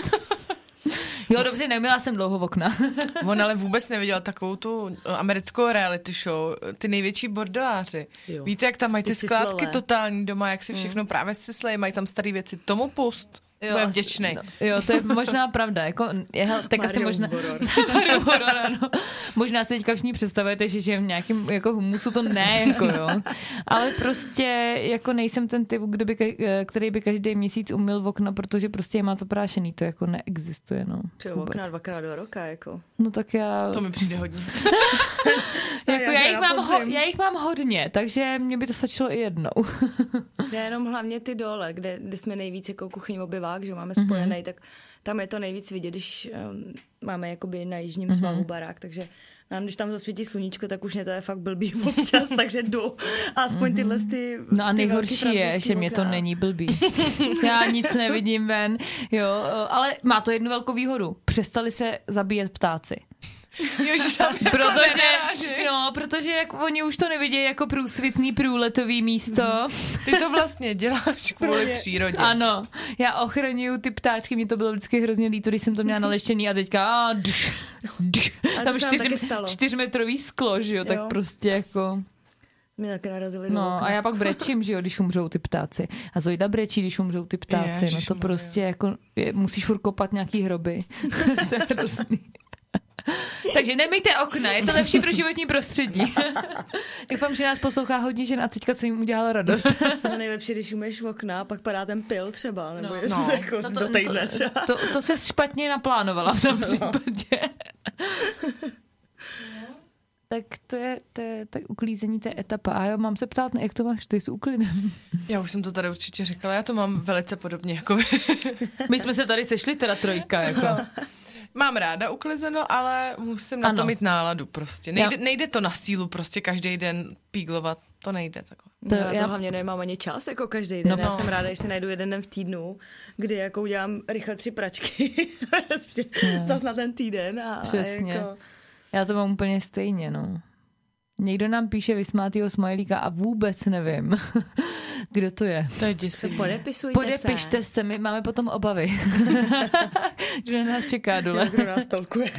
Jo, dobře, neuměla jsem dlouho v okna. On ale vůbec neviděl takovou tu americkou reality show, ty největší bordeláři. Jo. Víte, jak tam mají ty, ty skládky totální doma, jak si všechno mm. právě syslejí, mají tam staré věci. Tomu pust. Jo, bude vděčnej. No, jo, to je možná pravda. Jako, je, tak asi možná, Mario horor, ano. Možná si teďka všichni představujete, že žije v nějakém jako humusu, to ne, jako jo. Ale prostě jako nejsem ten typ, kdo by, který by každý měsíc umyl v okna, protože prostě je má zaprášený. To jako neexistuje, no. Třeba okna dvakrát do roka, jako. No tak já... To mi přijde hodně. jako já, já, jich mám ho, já jich mám hodně, takže mě by to stačilo i jednou. Já jenom hlavně ty dole, kde, kde jsme nejvíc jako kuchyň obyvák, že máme spojený, mm-hmm. tak tam je to nejvíc vidět, když um, máme jakoby na jižním mm-hmm. svahu barák, takže nám, když tam zasvítí sluníčko, tak už mě to je fakt blbý občas, takže jdu. A aspoň tyhle ty No a nejhorší je, že mě to není blbý. Já nic nevidím ven, jo, ale má to jednu velkou výhodu. Přestali se zabíjet ptáci. Jož, tam protože, no, protože jak oni už to nevidějí jako průsvitný průletový místo. Ty to vlastně děláš kvůli přírodě. Ano, já ochraňuju ty ptáčky, mě to bylo vždycky hrozně líto, když jsem to měla naleštěný a teďka a dš, dš, tam čtyř, čtyřmetrový sklo, že jo, jo, tak prostě jako... Mě taky narazili No a já pak brečím, že jo, když umřou ty ptáci. A Zojda brečí, když umřou ty ptáci. Ježiš, no to prostě jako, je, musíš furt kopat nějaký hroby. To je hrozný. Takže nemyjte okna, je to lepší pro životní prostředí. Doufám, že nás poslouchá hodně žen a teďka jsem jim udělala radost. No nejlepší, když umyješ v okna, pak padá ten pil třeba, nebo no, je no. jako to, to, do týdne třeba. To, to, to se špatně naplánovala v tom no. případě. Tak to je, to je tak uklízení té etapa. A jo, mám se ptát, jak to máš ty s úklidem? Já už jsem to tady určitě řekla, já to mám velice podobně jako vy. My jsme se tady sešli, teda trojka, jako. No. Mám ráda uklizeno, ale musím na ano. to mít náladu prostě. Nejde, nejde to na sílu prostě každý den píglovat, to nejde takhle. To, no, já, já to hlavně nemám ani čas jako každý den. No, já no. jsem ráda, když si najdu jeden den v týdnu, kdy jako udělám rychle tři pračky prostě zas na ten týden. A, přesně. Jako... Já to mám úplně stejně, no. Někdo nám píše vysmátýho smajlíka a vůbec nevím, kdo to je. To je děsivý. Podepisujte Podepište se, my máme potom obavy. Že nás čeká dole. Kdo nás tolkuje.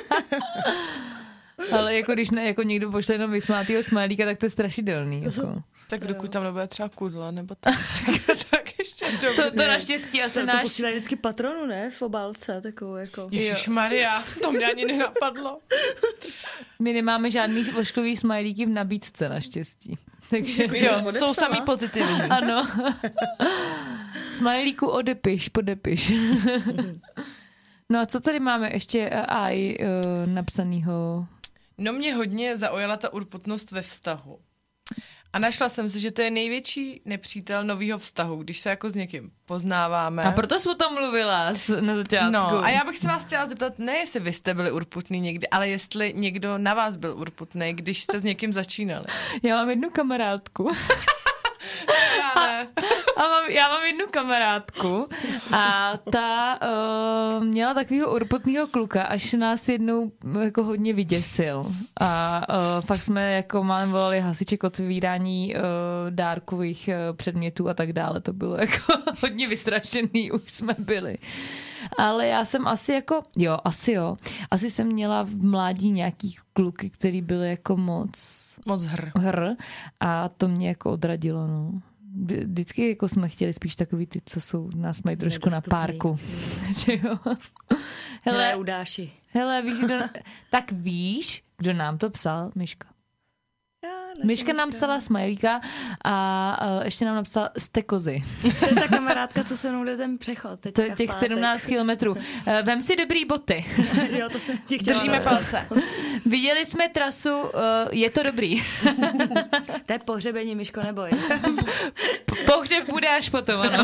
Ale jako když ne, jako někdo pošle jenom vysmátýho smajlíka, tak to je strašidelný. Jako. Tak dokud tam nebude třeba kudla, nebo tak, tak, tak ještě dobrý. To, to naštěstí asi to, náš... To posílají vždycky patronu, ne? V obálce, takovou jako... Ježišmarja, to mě ani nenapadlo. My nemáme žádný voškový smajlíky v nabídce, naštěstí. Takže jo, jsou samý pozitivní. Ano. Smajlíku odepiš, podepiš. No a co tady máme ještě aj uh, napsanýho? No mě hodně zaujala ta urputnost ve vztahu. A našla jsem si, že to je největší nepřítel novýho vztahu, když se jako s někým poznáváme. A proto jsi o tom mluvila na začátku. No, a já bych se vás chtěla zeptat, ne jestli vy jste byli urputný někdy, ale jestli někdo na vás byl urputný, když jste s někým začínali. Já mám jednu kamarádku. Já ne. A mám, já mám jednu kamarádku a ta uh, měla takového urputného kluka, až nás jednou jako hodně vyděsil. A uh, pak jsme jako málem volali hasiče k otvírání uh, dárkových uh, předmětů a tak dále. To bylo jako hodně vystrašený, už jsme byli. Ale já jsem asi jako, jo, asi jo, asi jsem měla v mládí nějaký kluky, který byly jako moc Moc hr. hr a to mě jako odradilo, no. Vždycky jako jsme chtěli spíš takový ty, co jsou, nás mají trošku na párku. Že jo? Hele, udáši. hele, víš, kdo, tak víš, kdo nám to psal? Myška. Myška nám psala smajlíka a uh, ještě nám napsala jste kozy. To je ta kamarádka, co se mnou jde ten přechod. To je těch sedmnáct kilometrů. Uh, vem si dobrý boty. Jo, to se ti chtěla. Držíme palce. Viděli jsme trasu, uh, je to dobrý. To je pohřebení, Myško, neboj. Pohřeb bude až potom, ano.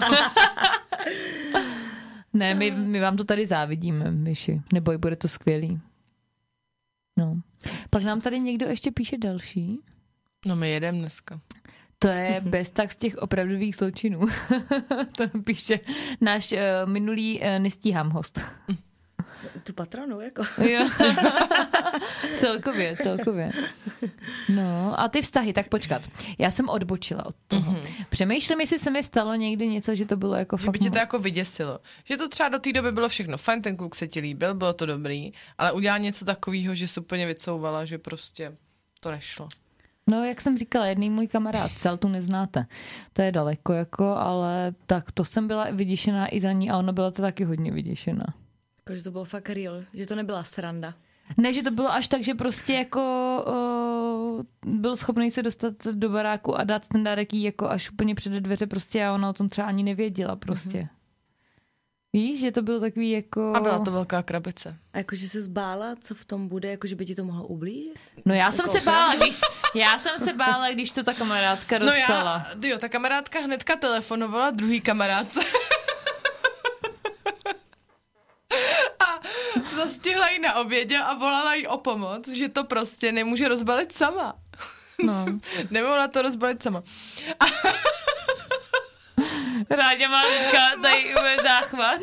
Ne, my, my vám to tady závidíme, Myši. Neboj, bude to skvělý. No. Pak nám tady někdo ještě píše další. No my jedem dneska. To je bez tak z těch opravdových zločinů. To píše náš uh, minulý uh, nestíhám host. Tu patronu, jako. Jo. celkově, celkově. No a ty vztahy, tak počkat. Já jsem odbočila od toho. Mm-hmm. Přemýšlím, jestli se mi stalo někdy něco, že to bylo jako že fakt... by tě to jako vyděsilo. Že to třeba do té doby bylo všechno fajn, ten kluk se ti líbil, bylo to dobrý, ale udělal něco takového, že se úplně vycouvala, že prostě to nešlo. No, jak jsem říkala, jedný můj kamarád, cel tu neznáte. To je daleko, jako, ale tak to jsem byla vyděšená i za ní a ona byla to taky hodně vyděšená. Jako, že to bylo fakt real, že to nebyla sranda. Ne, že to bylo až tak, že prostě jako uh, byl schopný se dostat do baráku a dát ten dárek jí jako až úplně před dveře prostě a ona o tom třeba ani nevěděla prostě. Mm-hmm. Víš, že to bylo takový jako... A byla to velká krabice. A jakože se zbála, co v tom bude, jakože by ti to mohlo ublížit? No já jsem se bála, když, já jsem se bála, když to ta kamarádka dostala. No já, jo, ta kamarádka hnedka telefonovala druhý kamarádce. A zastihla jí na obědě a volala jí o pomoc, že to prostě nemůže rozbalit sama. No. Nemohla to rozbalit sama. A Ráďa má teďka tady úplně záchvat.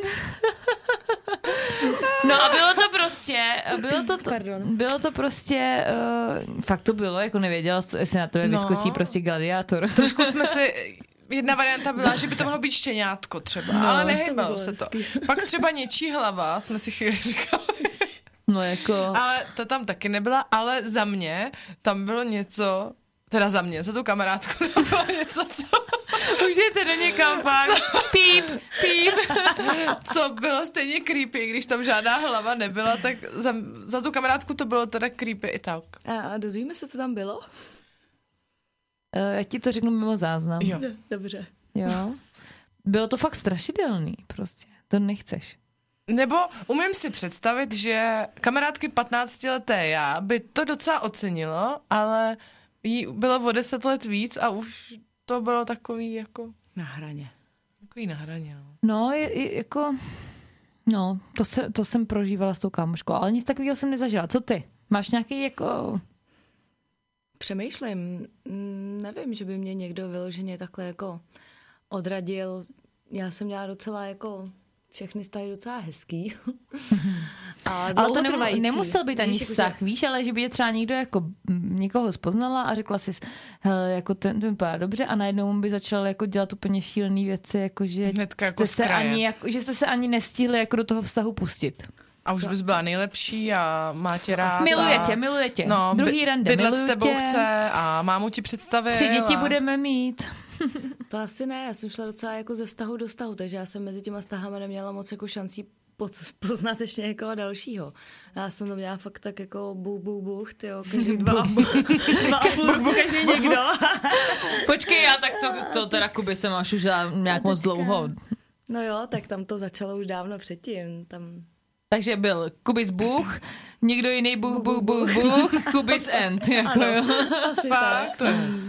No a bylo to prostě, bylo to, to bylo to prostě, uh, fakt to bylo, jako nevěděla, jestli na tebe no. vyskočí prostě gladiátor. Trošku jsme si, jedna varianta byla, že by to mohlo být štěňátko třeba, no, ale nehybalo se to. Pak třeba něčí hlava, jsme si chvíli říkali. No jako. Ale to tam taky nebyla, ale za mě tam bylo něco, teda za mě, za tu kamarádku tam bylo něco, co... Už jete do někam pak. Píp, píp. Co bylo stejně creepy, když tam žádná hlava nebyla, tak za, za tu kamarádku to bylo teda creepy i tak. A, a dozvíme se, co tam bylo? Uh, já ti to řeknu mimo záznam. Jo. Dobře. Jo. Bylo to fakt strašidelný prostě. To nechceš. Nebo umím si představit, že kamarádky patnáctileté já by to docela ocenilo, ale jí bylo o deset let víc a už to bylo takový jako... Na hraně. Takový na hraně, no. No, je, je, jako... No, to, se, to jsem prožívala s tou kámoškou, ale nic takového jsem nezažila. Co ty? Máš nějaký jako... Přemýšlím. Nevím, že by mě někdo vyloženě takhle jako odradil. Já jsem měla docela jako... Všechny vztahy docela hezký. Ale to nemu, nemusel být ani víš, vztah, jako, že... víš, ale že by je třeba někdo jako někoho spoznala a řekla si, hele, jako ten, ten vypadá dobře a najednou by začal jako dělat úplně šílený věci, jako že, jste jako se ani, jako, že jste se ani nestihli jako do toho vztahu pustit. A už bys byla nejlepší a má tě rád. Miluje tě, miluje tě. No, druhý rande, bydlet miluju s tebou tě. chce a mámu ti představil. Tři děti a... budeme mít. To asi ne, já jsem šla docela jako ze vztahu do vztahu, takže já jsem mezi těma vztahama neměla moc jako šancí poznat ještě někoho dalšího. Já jsem to měla fakt tak jako buch, buch, buch, tyjo, každý dva a půl, dva a půl, každý někdo. Počkej, já tak to, to teda Kuby se máš už nějak moc dlouho. No jo, tak tam to začalo už dávno předtím, tam... Takže byl Kubis Bůh, někdo jiný Bůh, Bůh, Bůh, Bůh, Kubis End. Jako, ano, asi fakt, to je hezky.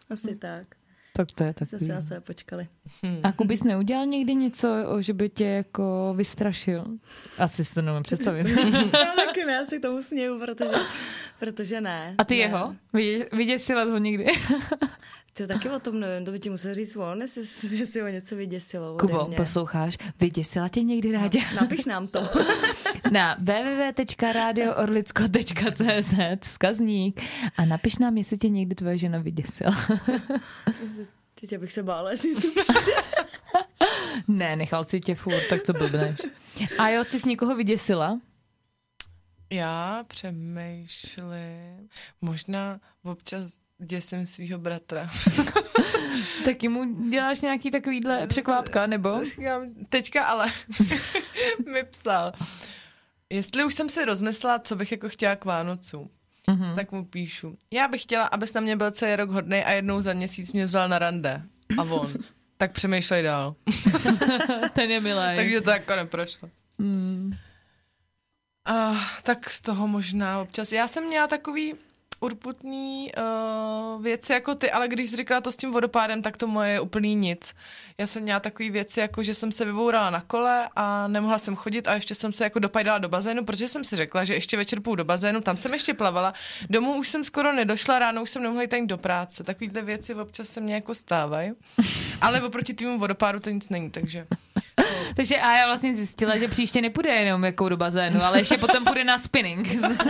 Asi tak. Tak to je Jsme takový. se na sebe počkali. Hmm. A Kubis neudělal někdy něco, že by tě jako vystrašil? Asi si to nemůžu představit. Já taky ne, já si tomu sněju, protože, protože ne. A ty ne. jeho? Vyděsila ho někdy? To taky o tom nevím, to by ti musel říct on, jestli, jestli ho něco vyděsilo ode Kubo, mě. posloucháš? Vyděsila tě někdy, Rádě? No, napiš nám to. Na w w w tečka radio orlicko tečka c z vzkazník a napiš nám, jestli tě někdy tvoje žena vyděsila. Teď abych se bála, jestli něco přijde. Ne, nechal si tě furt, tak co blbneš. A jo, ty jsi někoho vyděsila? Já přemýšlím, možná občas děsím svýho bratra. Taky mu děláš nějaký takovýhle překvápka, nebo? Teďka ale mi psal, jestli už jsem si rozmyslela, co bych jako chtěla k Vánocům, mm-hmm. tak mu píšu. Já bych chtěla, abys na mě byl celý rok hodnej a jednou za měsíc mě vzal na rande. A on. Tak přemýšlej dál. Ten je milý. Takže to jako neprošlo. Mm. Uh, tak z toho možná občas. Já jsem měla takový urputný uh, věci jako ty, ale když jsi říkala to s tím vodopádem, tak to moje je úplný nic. Já jsem měla takový věci, jako že jsem se vybourala na kole a nemohla jsem chodit a ještě jsem se jako dopajdala do bazénu, protože jsem si řekla, že ještě večer půjdu do bazénu, tam jsem ještě plavala, domů už jsem skoro nedošla, ráno už jsem nemohla jít ani do práce. Takovýhle věci občas se mně jako stávají, ale oproti týmu vodopádu to nic není, takže... Takže a já vlastně zjistila, že příště nepůjde jenom jako do bazénu, ale ještě potom půjde na spinning.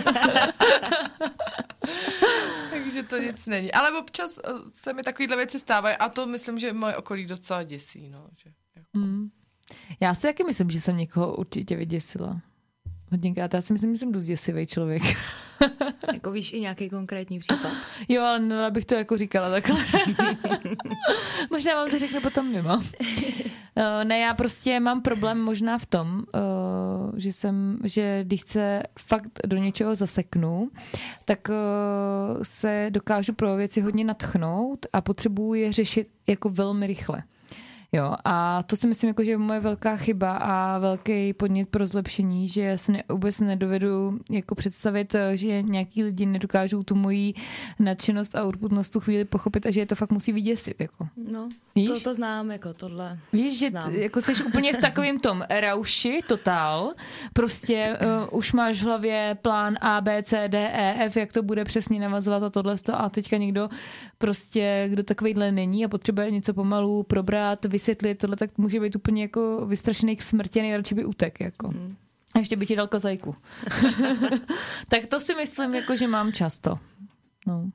Takže to nic není. Ale občas se mi takovýhle věci stávají a to myslím, že moje okolí docela děsí. No, že jako... mm. Já si taky myslím, že jsem někoho určitě vyděsila. Hodněkrát. Já si myslím, že jsem dost děsivý člověk. Jako víš i nějaký konkrétní případ? Jo, ale no, abych to jako říkala takhle. Možná vám to řeknu potom mimo. Ne, já prostě mám problém možná v tom, že jsem, že když se fakt do něčeho zaseknu, tak se dokážu pro věci hodně nadchnout a potřebuji je řešit jako velmi rychle. Jo, a to si myslím, jako, že je moje velká chyba a velký podnět pro zlepšení, že se ne, vůbec nedovedu jako představit, že nějaký lidi nedokážou tu moji nadšenost a urputnost tu chvíli pochopit a že je to fakt musí vyděsit. Jako. No, Víš? to, to znám, jako tohle. Víš, že znám. t, jako jsi úplně v takovém tom rauši, totál, prostě uh, už máš v hlavě plán A, B, C, D, E, F, jak to bude přesně navazovat a tohle a teďka někdo prostě, kdo takovejhle není a potřebuje něco pomalu probrat, vysvětlit, tohle tak může být úplně jako vystrašený k smrti, nejradši by utek, jako. Mm. A ještě by ti dal kozajku. Tak to si myslím, jako, že mám často. No.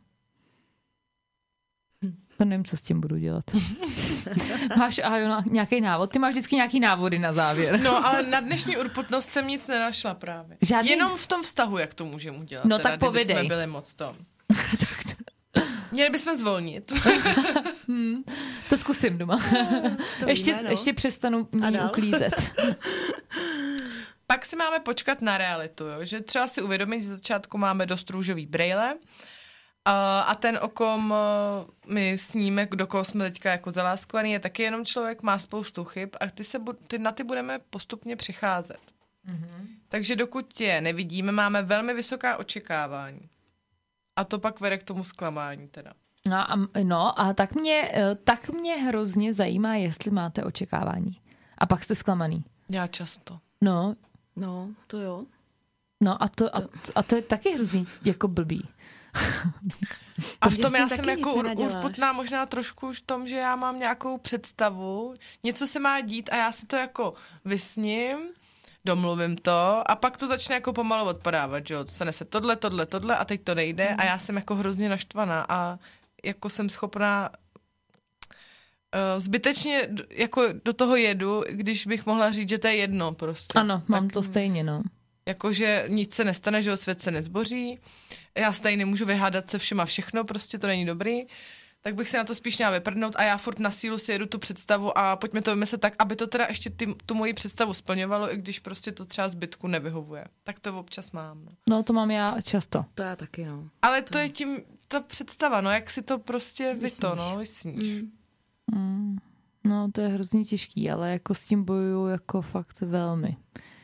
To nevím, co s tím budu dělat. Máš a jo, nějaký návod? Ty máš vždycky nějaký návody na závěr. No, ale na dnešní urputnost jsem nic nenašla právě. Žádný... Jenom v tom vztahu, jak to můžeme udělat. No teda, tak povidej. Jsme byli moc tom. Měli bychom zvolnit. hmm, to zkusím doma. To ještě, víme, no. ještě přestanu mě uklízet. Pak si máme počkat na realitu, jo? Že třeba si uvědomit, že z začátku máme dost růžový brejle a ten, o kom my sníme, do koho jsme teďka jako zaláskovaný, je taky jenom člověk, má spoustu chyb a ty, se, ty na ty budeme postupně přicházet. Mm-hmm. Takže dokud je nevidíme, máme velmi vysoká očekávání. A to pak vede k tomu zklamání teda. No a, no a tak, mě, tak mě hrozně zajímá, jestli máte očekávání. A pak jste zklamaný. Já často. No. No, to jo. No a to, a, a to je taky hrozný jako blbý. A v tom já jsem jako urputná možná trošku v tom, že já mám nějakou představu, něco se má dít a já si to jako vysním, domluvím to a pak to začne jako pomalu odpadávat, že jo, stane se tohle, tohle, tohle a teď to nejde a já jsem jako hrozně naštvaná a jako jsem schopná uh, zbytečně jako do toho jedu, když bych mohla říct, že to je jedno prostě. Ano, mám tak, to stejně, no. Jakože nic se nestane, že jo, svět se nezboří, já stejně nemůžu vyhádat se všema všechno, prostě to není dobrý, tak bych se na to spíš měla vyprdnout a já furt na sílu si jedu tu představu a pojďme to vymyslet tak, aby to teda ještě ty, tu moji představu splňovalo, i když prostě to třeba zbytku nevyhovuje. Tak to občas mám. No, no to mám já často. To já taky, no. Ale to, to je tím, ta představa, no, jak si to prostě vy to, no, vysníš. Mm. Mm. No, to je hrozně těžký, ale jako s tím bojuju jako fakt velmi.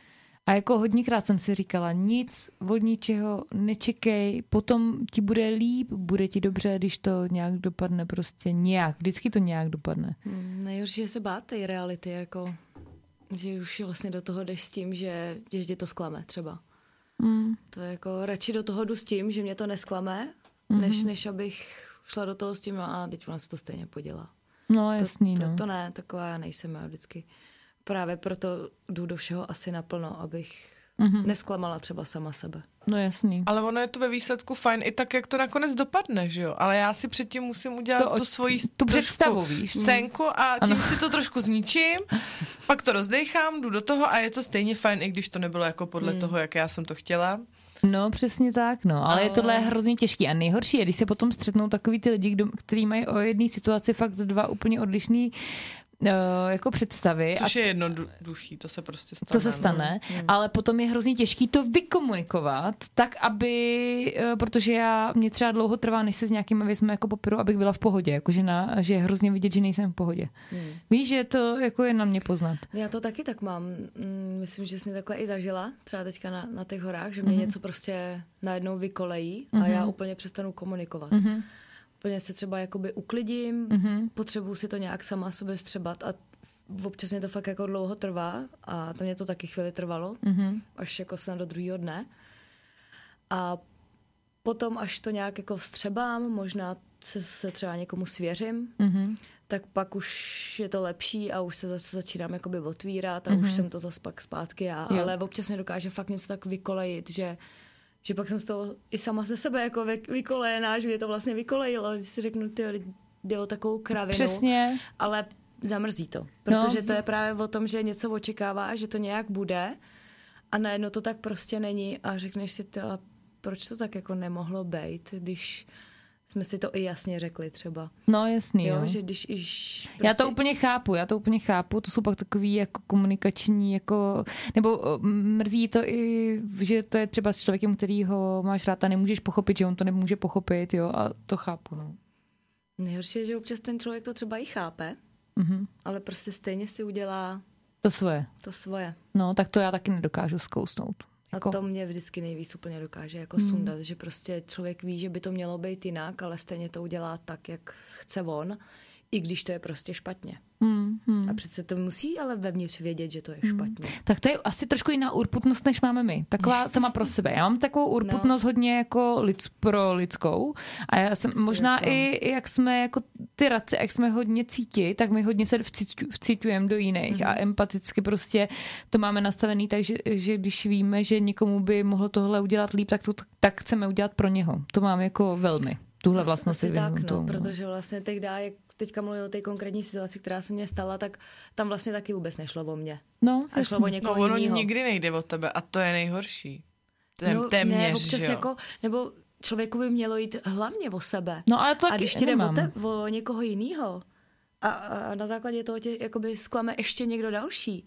A jako hodněkrát jsem si říkala, nic od ničeho nečekej, potom ti bude líp, bude ti dobře, když to nějak dopadne prostě nějak. Vždycky to nějak dopadne. Hmm, nejhorší je se bát té reality, jako, že už vlastně do toho jdeš s tím, že, že tě to zklame třeba. Hmm. To je jako, radši do toho jdu s tím, že mě to nesklame, hmm. než, než abych šla do toho s tím a teď ona se to stejně podělá. No jasný, to, to, no. To ne, taková já nejsem, já vždycky právě proto jdu do všeho asi naplno, abych mm-hmm. nesklamala třeba sama sebe. No jasný. Ale ono je to ve výsledku fajn i tak, jak to nakonec dopadne, že jo? Ale já si předtím musím udělat to, tu svoji tu představu, víš. Scénku a tím ano. si to trošku zničím, pak to rozdejchám, jdu do toho a je to stejně fajn, i když to nebylo jako podle mm. toho, jak já jsem to chtěla. No, přesně tak, no. Ale, ale... je tohle hrozně těžký. A nejhorší je, když se potom střetnou takový ty lidi, kdo, kteří mají o jedné situaci fakt dva úplně odlišný Uh, jako představy. Což a je jednoduchý, to se prostě stane. To se stane, no. Ale potom je hrozně těžký to vykomunikovat, tak aby, uh, protože já, mě třeba dlouho trvá, než se s nějakými věcmi jako popiru, abych byla v pohodě, jakože na, že je hrozně vidět, že nejsem v pohodě. Hmm. Víš, že to jako je na mě poznat. Já to taky tak mám. Myslím, že jsem takhle i zažila, třeba teďka na, na těch horách, že mě mm-hmm. něco prostě najednou vykolejí a mm-hmm. já úplně přestanu komunikovat. Mm-hmm. Úplně se třeba jakoby uklidím, mm-hmm. potřebuji si to nějak sama sobě vstřebat a občas mě to fakt jako dlouho trvá a to mě to taky chvíli trvalo, mm-hmm. až jako snad do druhého dne. A potom, až to nějak jako vstřebám, možná se, se třeba někomu svěřím, mm-hmm. tak pak už je to lepší a už se zase začínám jakoby otvírat a mm-hmm. už jsem to zase pak zpátky já. Jo. Ale občas nedokáže fakt něco tak vykolejit, že že pak jsem z toho i sama ze sebe jako vykolejená, že mě to vlastně vykolejilo, že si řeknu, tyjo, jde o takovou kravinu. Přesně. Ale zamrzí to, protože no. to je právě o tom, že něco očekává, že to nějak bude a najednou to tak prostě není a řekneš si, tyjo, proč to tak jako nemohlo být, když jsme si to i jasně řekli třeba. No jasný, jo. jo. Že když iž prostě... Já to úplně chápu, já to úplně chápu, to jsou pak takový jako komunikační, jako, nebo mrzí to i, že to je třeba s člověkem, kterýho máš rád a nemůžeš pochopit, že on to nemůže pochopit, jo, a to chápu, no. Nejhorší je, že občas ten člověk to třeba i chápe, mm-hmm. ale prostě stejně si udělá to svoje. To svoje. No, tak to já taky nedokážu zkousnout. Jako... A to mě vždycky nejvíc úplně dokáže jako hmm. sundat, že prostě člověk ví, že by to mělo být jinak, ale stejně to udělá tak, jak chce on, i když to je prostě špatně. Hmm. Hmm. A přece to musí ale vevnitř vědět, že to je špatně. Hmm. Tak to je asi trošku jiná urputnost, než máme my. Taková sama pro sebe. Já mám takovou urputnost no. hodně jako lids, pro lidskou a já jsem možná jako... i jak jsme jako ty radci, jak jsme hodně cítí, tak my hodně se vcitujeme do jiných hmm. a empaticky prostě to máme nastavený, takže že když víme, že někomu by mohlo tohle udělat líp, tak to tak chceme udělat pro něho. To mám jako velmi. Tuhle vlastnost si tak, no, tomu. Protože vlastně teď dá, jak teďka mluvím o té konkrétní situaci, která se mě stala, tak tam vlastně taky vůbec nešlo o mě. No, a šlo o někoho no, ono jinýho. nikdy nejde o tebe a to je nejhorší. Tém, no, téměř, ne, občas jo. jako, nebo člověku by mělo jít hlavně o sebe. No, ale to a když ti jde o, te, o někoho jinýho a, a na základě toho tě jakoby zklame ještě někdo další.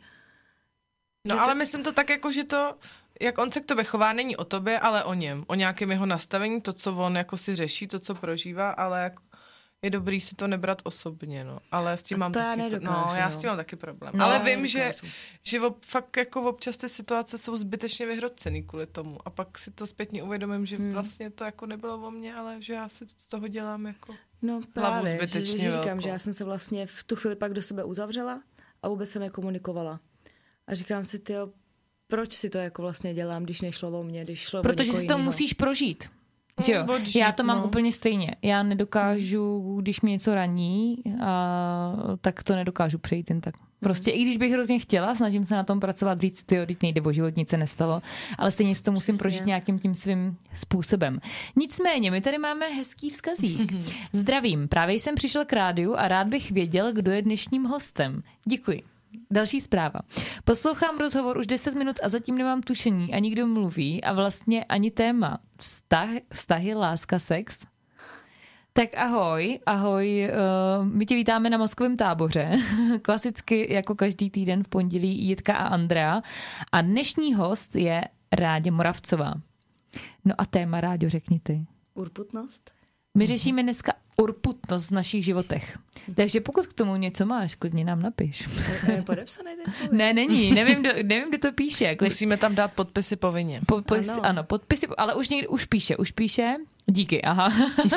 No že ale to... myslím to tak jako, že to jak on se k tobě chová, není o tobě, ale o něm. O nějakém jeho nastavení, to, co on jako si řeší, to, co prožívá, ale jako je dobrý si to nebrat osobně, no. Ale s tím a mám to taky... já nedokážu, no, já no. s tím mám taky problém. No, ale vím, že, že ob, fakt jako občas ty situace jsou zbytečně vyhrocený kvůli tomu. A pak si to zpětně uvědomím, že hmm. vlastně to jako nebylo o mně, ale že já si z toho dělám jako no, hlavu právě, zbytečně že, že velkou. říkám, že já jsem se vlastně v tu chvíli pak do sebe uzavřela a vůbec jsem nekomunikovala. A říkám si, tyjo, proč si to jako vlastně dělám, když nešlo o mě, když šlo Protože o si to jinýho. musíš prožít. Jo, Odžít, já to mám no. úplně stejně. Já nedokážu, když mě něco raní, a, tak to nedokážu přejít jen tak. Prostě i když bych hrozně chtěla, snažím se na tom pracovat, říct, tyjo, teď nejde o život, nic se nestalo, ale stejně si to musím Přesně. prožít nějakým tím svým způsobem. Nicméně, my tady máme hezký vzkazík. Zdravím, právě jsem přišel k rádiu a rád bych věděl, kdo je dnešním hostem. Děkuji. Další zpráva. Poslouchám rozhovor už deset minut a zatím nemám tušení, ani kdo mluví a vlastně ani téma. Vztah, vztahy, láska, sex. Tak ahoj, ahoj, uh, my tě vítáme na mozkovém táboře, klasicky jako každý týden v pondělí Jitka a Andrea a dnešní host je Rádě Moravcová. No a téma, Ráďo, řekni ty. Urputnost? My řešíme dneska urputnost v našich životech. Takže pokud k tomu něco máš, klidně nám napiš. Je podepsaný ten člověk? Ne, není. Nevím, kdo, nevím, kdo to píše. Klid... Musíme tam dát podpisy povinně. Podpis, ano. ano, podpisy, ale už někdy už píše, už píše. Díky, aha.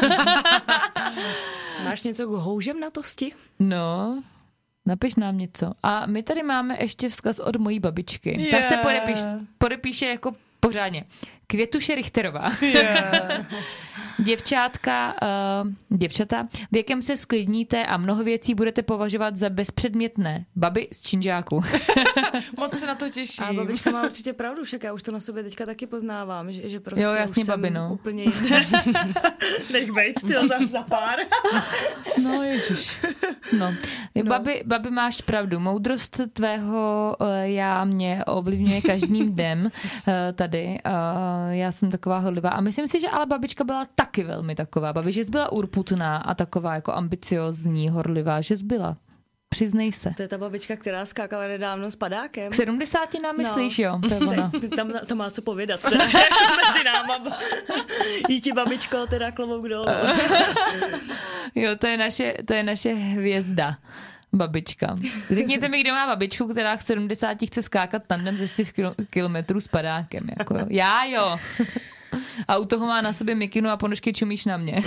Máš něco k houževnatosti? No, napiš nám něco. A my tady máme ještě vzkaz od mojí babičky. Ta Yeah. se podepíš, podepíše jako pořádně. Květuše Richterová. Yeah. Děvčátka, uh, děvčata, věkem se sklidníte a mnoho věcí budete považovat za bezpředmětné. Babi z činžáku. Moc se na to těším. A babička má určitě pravdu, však já už to na sobě teďka taky poznávám, že, že prostě Jo, jasně, už jsem babi, no. úplně jinde. Nech bejt, tyjo, za, za pár. No, ježiš. No. no. Babi, babi, máš pravdu. Moudrost tvého uh, já mě ovlivňuje každým dnem uh, tady. Uh, já jsem taková hodlivá. A myslím si, že ale babička byla taky velmi taková. Babi, že jsi byla urputná a taková jako ambiciozní, horlivá, že jsi byla. Přiznej se. To je ta babička, která skákala nedávno s padákem. K sedmdesáti nám myslíš, No. jo? To je ona. Tam, tam má co povědat. Teda, mezi náma. Jí ti babičko, teda klobouk dolů. Jo, to je naše, to je naše hvězda. Babička. Řekněte mi, kdo má babičku, která k sedmdesáti chce skákat tandem ze čtyř kilometrů s padákem. Jako jo. Já jo. A u toho má na sobě mikinu a ponožky čumíš na mě.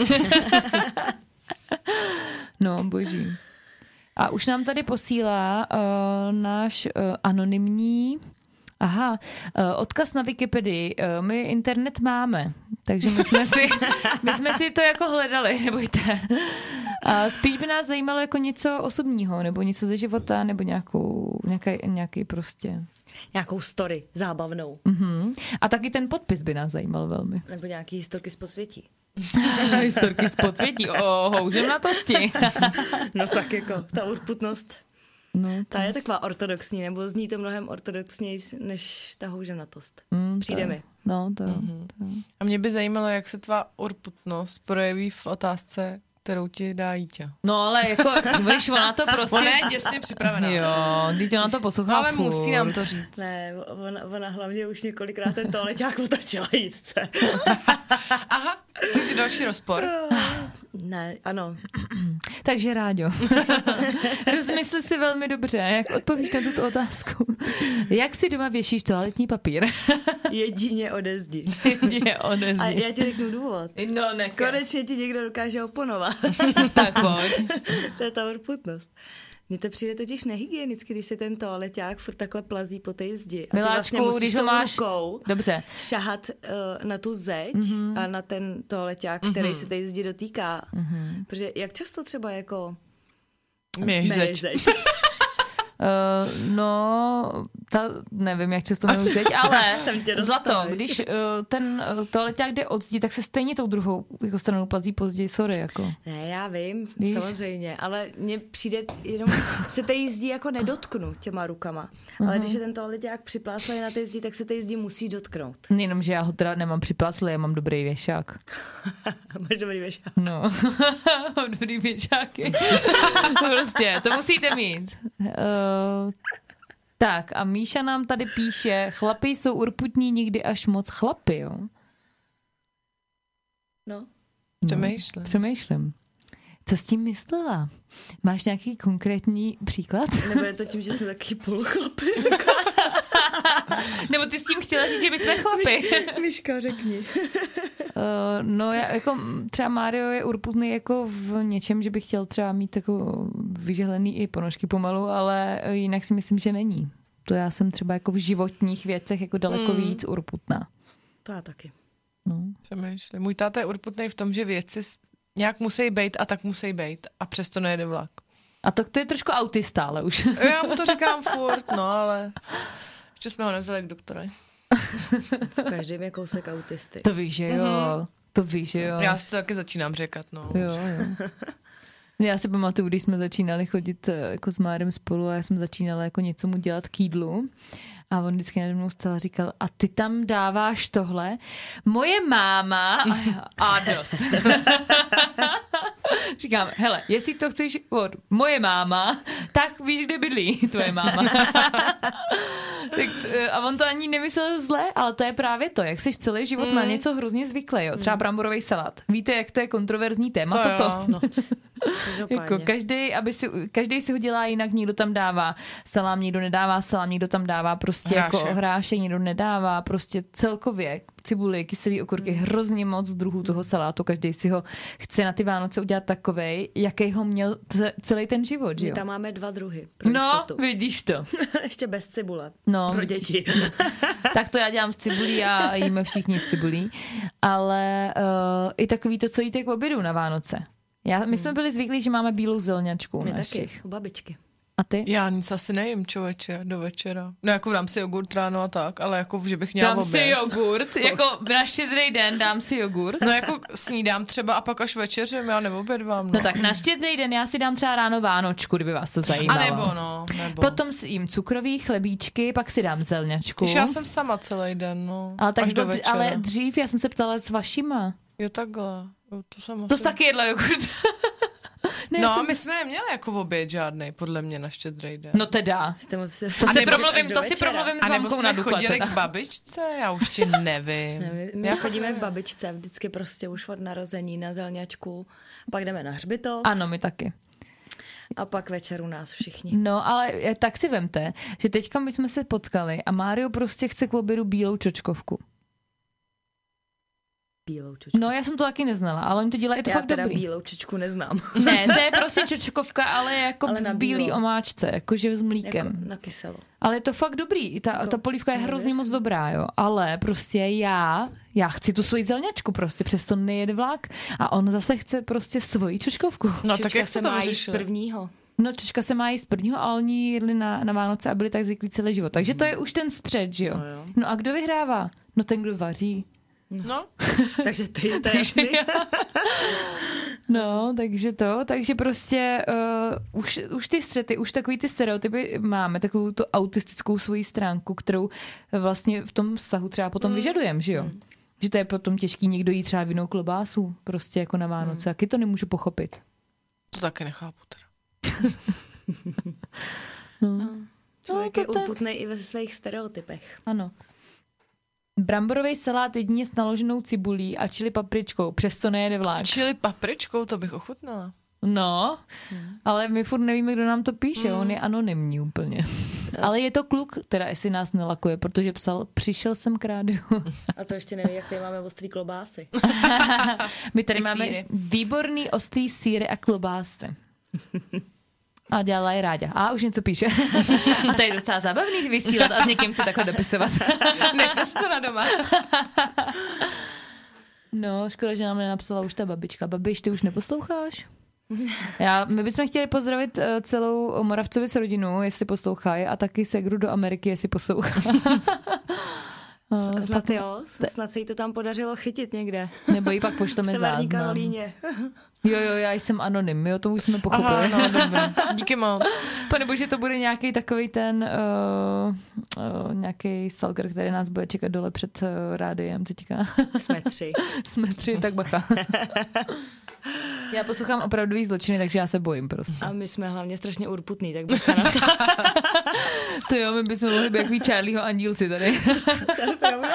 No, boží. A už nám tady posílá uh, náš uh, anonymní aha, uh, odkaz na Wikipedii. Uh, my internet máme, takže my jsme si, my jsme si to jako hledali, nebojte. A spíš by nás zajímalo jako něco osobního, nebo něco ze života, nebo nějakou, nějaký, nějaký prostě... Nějakou story zábavnou. Uh-huh. A taky ten podpis by nás zajímal velmi. Nebo nějaký historky z podsvětí. Historky z podsvětí, o houževnatosti. No tak jako ta urputnost. No, Ta je taková ortodoxní, nebo zní to mnohem ortodoxněji než ta houževnatost. Mm, Přijde to, mi. No, to, Mhm. to. A mě by zajímalo, jak se tvá urputnost projeví v otázce, kterou ti dá Jíťa. No, ale jako, víš, ona to prostě... Ona je děsně připravená. Jo, teď ona to poslouchá No, ale furt. musí nám to říct. Ne, ona, ona hlavně už několikrát ten toaleťák otočila jídce. Aha, takže další rozpor. Ne, ano. Takže Ráďo, rozmysli si velmi dobře, jak odpovíš na tuto otázku. Jak si doma věšíš toaletní papír? Jedině ode zdi. Je A odezní. já ti řeknu důvod. No, neka. Konečně ti někdo dokáže oponovat. Tak pojď. To je ta urputnost. Mně to přijde totiž nehygienicky, když se ten toaleťák furt takhle plazí po té zdi. A ty vlastně Miláčku, musíš když ho tou máš... rukou Dobře. šahat uh, na tu zeď Mhm. mm-hmm. a na ten toaleťák, který se té zdi dotýká. Mm-hmm. Protože jak často třeba jako... Mějš Myješ zeď. zeď. Uh, no, ta, nevím, jak často mi zeď, ale Jsem tě dostala. zlato, když uh, ten uh, toaleťák jde od zdi, tak se stejně tou druhou jako stranou plazí později, sorry, jako. Ne, já vím, Víš? samozřejmě, ale mně přijde, jenom se té zdi jako nedotknu těma rukama. Ale když je ten toaleťák připláslej na té zdi, tak se té zdi musí dotknout. Jenom, že já ho teda nemám připláslý, já mám dobrý věšák. Máš dobrý věšák. No, mám dobrý věšáky. Prostě, to musíte mít. Uh, tak a Míša nám tady píše, chlapi jsou urputní někdy až moc chlapi, jo? No. Přemýšlím. Přemýšlím. Co s tím myslela? Máš nějaký konkrétní příklad? Nebo je to tím, že jsme taky poluchlapy. Nebo ty s tím chtěla říct, že my jsme chlapi? Myška, řekni. Uh, no, já, jako třeba Mário je urputný jako v něčem, že by chtěl třeba mít jako vyžehlený i ponožky pomalu, ale jinak si myslím, že není. To já jsem třeba jako v životních věcech jako daleko mm. víc urputná. To já taky. No. Přemýšlím. Můj táta je urputný v tom, že věci nějak musí bejt a tak musí bejt a přesto nejede vlak. A to, to je trošku autista, ale už. Já mu to říkám furt, no ale ještě jsme ho nevzali k doktorovi. V každém je kousek autisty. To víš, že jo. Mm-hmm. To víš, že jo. Já si to taky začínám říkat, no. Jo, jo. Já si pamatuju, když jsme začínali chodit jako s Márem spolu a já jsem začínala jako něco mu dělat k jídlu a on vždycky nade mnou stál a říkal, a ty tam dáváš tohle? Moje máma a dost. Říkám, hele, jestli to chceš od moje máma, tak víš, kde bydlí tvoje máma. Tak, a on to ani nemyslel zle, ale to je právě to, jak jsi celý život mm. na něco hrozně zvyklý, jo. Třeba bramborový salát. Víte, jak to je kontroverzní téma to toto? No. Jako každý, aby si, každý si ho dělá jinak, někdo tam dává salám, někdo nedává salám, někdo tam dává prostě hrášek. Jako hrášek, někdo nedává, prostě celkově cibuli, kyselý okurky, mm. hrozně moc druhů toho salátu, každý si ho chce na ty Vánoce udělat takovej, jaký ho měl t- celý ten život, že jo? My tam máme dva druhy pro No, jistotu. vidíš to. Ještě bez cibule. No, pro děti. Tak to já dělám s cibulí a jíme všichni s cibulí. Ale uh, i takový to, co jíte k obědu na Vánoce. Já, my jsme byli zvyklí, že máme bílou zelňačku. My našich. taky, u babičky. A ty? Já nic asi nejím, člověče, do večera. No jako dám si jogurt ráno a tak, ale jako, že bych měla dám oběd. si jogurt, jako na štědrý den dám si jogurt. No jako snídám třeba a pak až večeřím, já neobědvám. No. no tak na štědrý den já si dám třeba ráno vánočku, kdyby vás to zajímalo. A nebo no, nebo. Potom si jím cukrový chlebíčky, pak si dám zelňačku. Když já jsem sama celý den, no. Ale, tak až do do, večera. ale dřív já jsem se ptala s vašima. Jo takhle. Jo, to jsem To jsi taky jedla jogurt. Ne, no, jsem... my jsme neměli jako v oběd žádnej, podle mě na štědrý den. No teda. Museli... To, si nebo promluvím, to si promluvím s mamkou na Dukle. A nebo jsme chodili teda. k babičce, já už ti nevím. Ne, my my já chodíme k babičce vždycky prostě už od narození na zelňačku, pak jdeme na hřbitov. Ano, my taky. A pak večer u nás všichni. No, ale tak si vemte, že teďka my jsme se potkali a Mário prostě chce k obědu bílou čočkovku. Bílou čočku. No, já jsem to taky neznala, ale oni to dělají, je to já fakt teda dobrý. bílou čočku neznám. Ne, to je prostě čočkovka, ale jako ale v bílý omáčce, jakože s mlíkem. Jako na kyselo. Ale je to fakt dobrý, ta, jako, ta polívka je hrozně moc dobrá, jo. Ale prostě já, já chci tu svoji zelňačku prostě, přesto nejede vlak. A on zase chce prostě svoji čočkovku. No Čočka tak jak se to má jíst vyřešili? prvního. No, čočka se má jíst z prvního, ale oni jedli na, na Vánoce a byli tak zvyklí celý život. Takže to je už ten střed, že jo. No, jo. No a kdo vyhrává? No ten, kdo vaří. No. Takže ty, to je jasný. No, takže to, takže prostě uh, už, už ty střety, už takový ty stereotypy máme, takovou tu autistickou svoji stránku, kterou vlastně v tom vztahu třeba potom mm. vyžadujeme, že jo? Mm. Že to je potom těžký někdo jí třeba vinou klobásu, prostě jako na Vánoce, mm. taky to nemůžu pochopit. To taky nechápu teda. no. Člověk no, je urputnej i ve svých stereotypech. Ano. Bramborový salát jedině s naloženou cibulí a čili papričkou, přesto nejede vlák. Čili papričkou, to bych ochutnala. No, hmm. ale my furt nevíme, kdo nám to píše, hmm. on je anonymní úplně. Ale je to kluk, teda jestli nás nelakuje, protože psal, přišel jsem k rádiu. A to ještě neví, jak tady máme ostrý klobásy. My tady I máme síry. výborný ostrý sýry a klobásy. A dělala je Ráďa. A už něco píše. A to je docela zábavný vysílat a s někým se takhle dopisovat. Nechte si to na doma. No, škoda, že nám nenapsala už ta babička. Babiš, ty už neposloucháš? Já, my bychom chtěli pozdravit uh, celou Moravcovic rodinu, jestli poslouchají, a taky segru do Ameriky, jestli poslouchá. Uh, snad jo, snad se jí to tam podařilo chytit někde. Nebo jí pak pošleme záznam. Severní Karolíně. Jo, jo, já jsem anonym, jo, to už jsme pochopili. Aha, no, dobré. Díky moc. Pane bože, to bude nějaký takový ten uh, uh, nějaký stalker, který nás bude čekat dole před uh, rádiem teďka. Jsme tři. Jsme tři, tak bacha. Já poslouchám opravdový zločiny, takže já se bojím prostě. A my jsme hlavně strašně urputný, tak bacha na to. To jo, my bychom mohli být takový Charlieho andílci tady. To je pravda.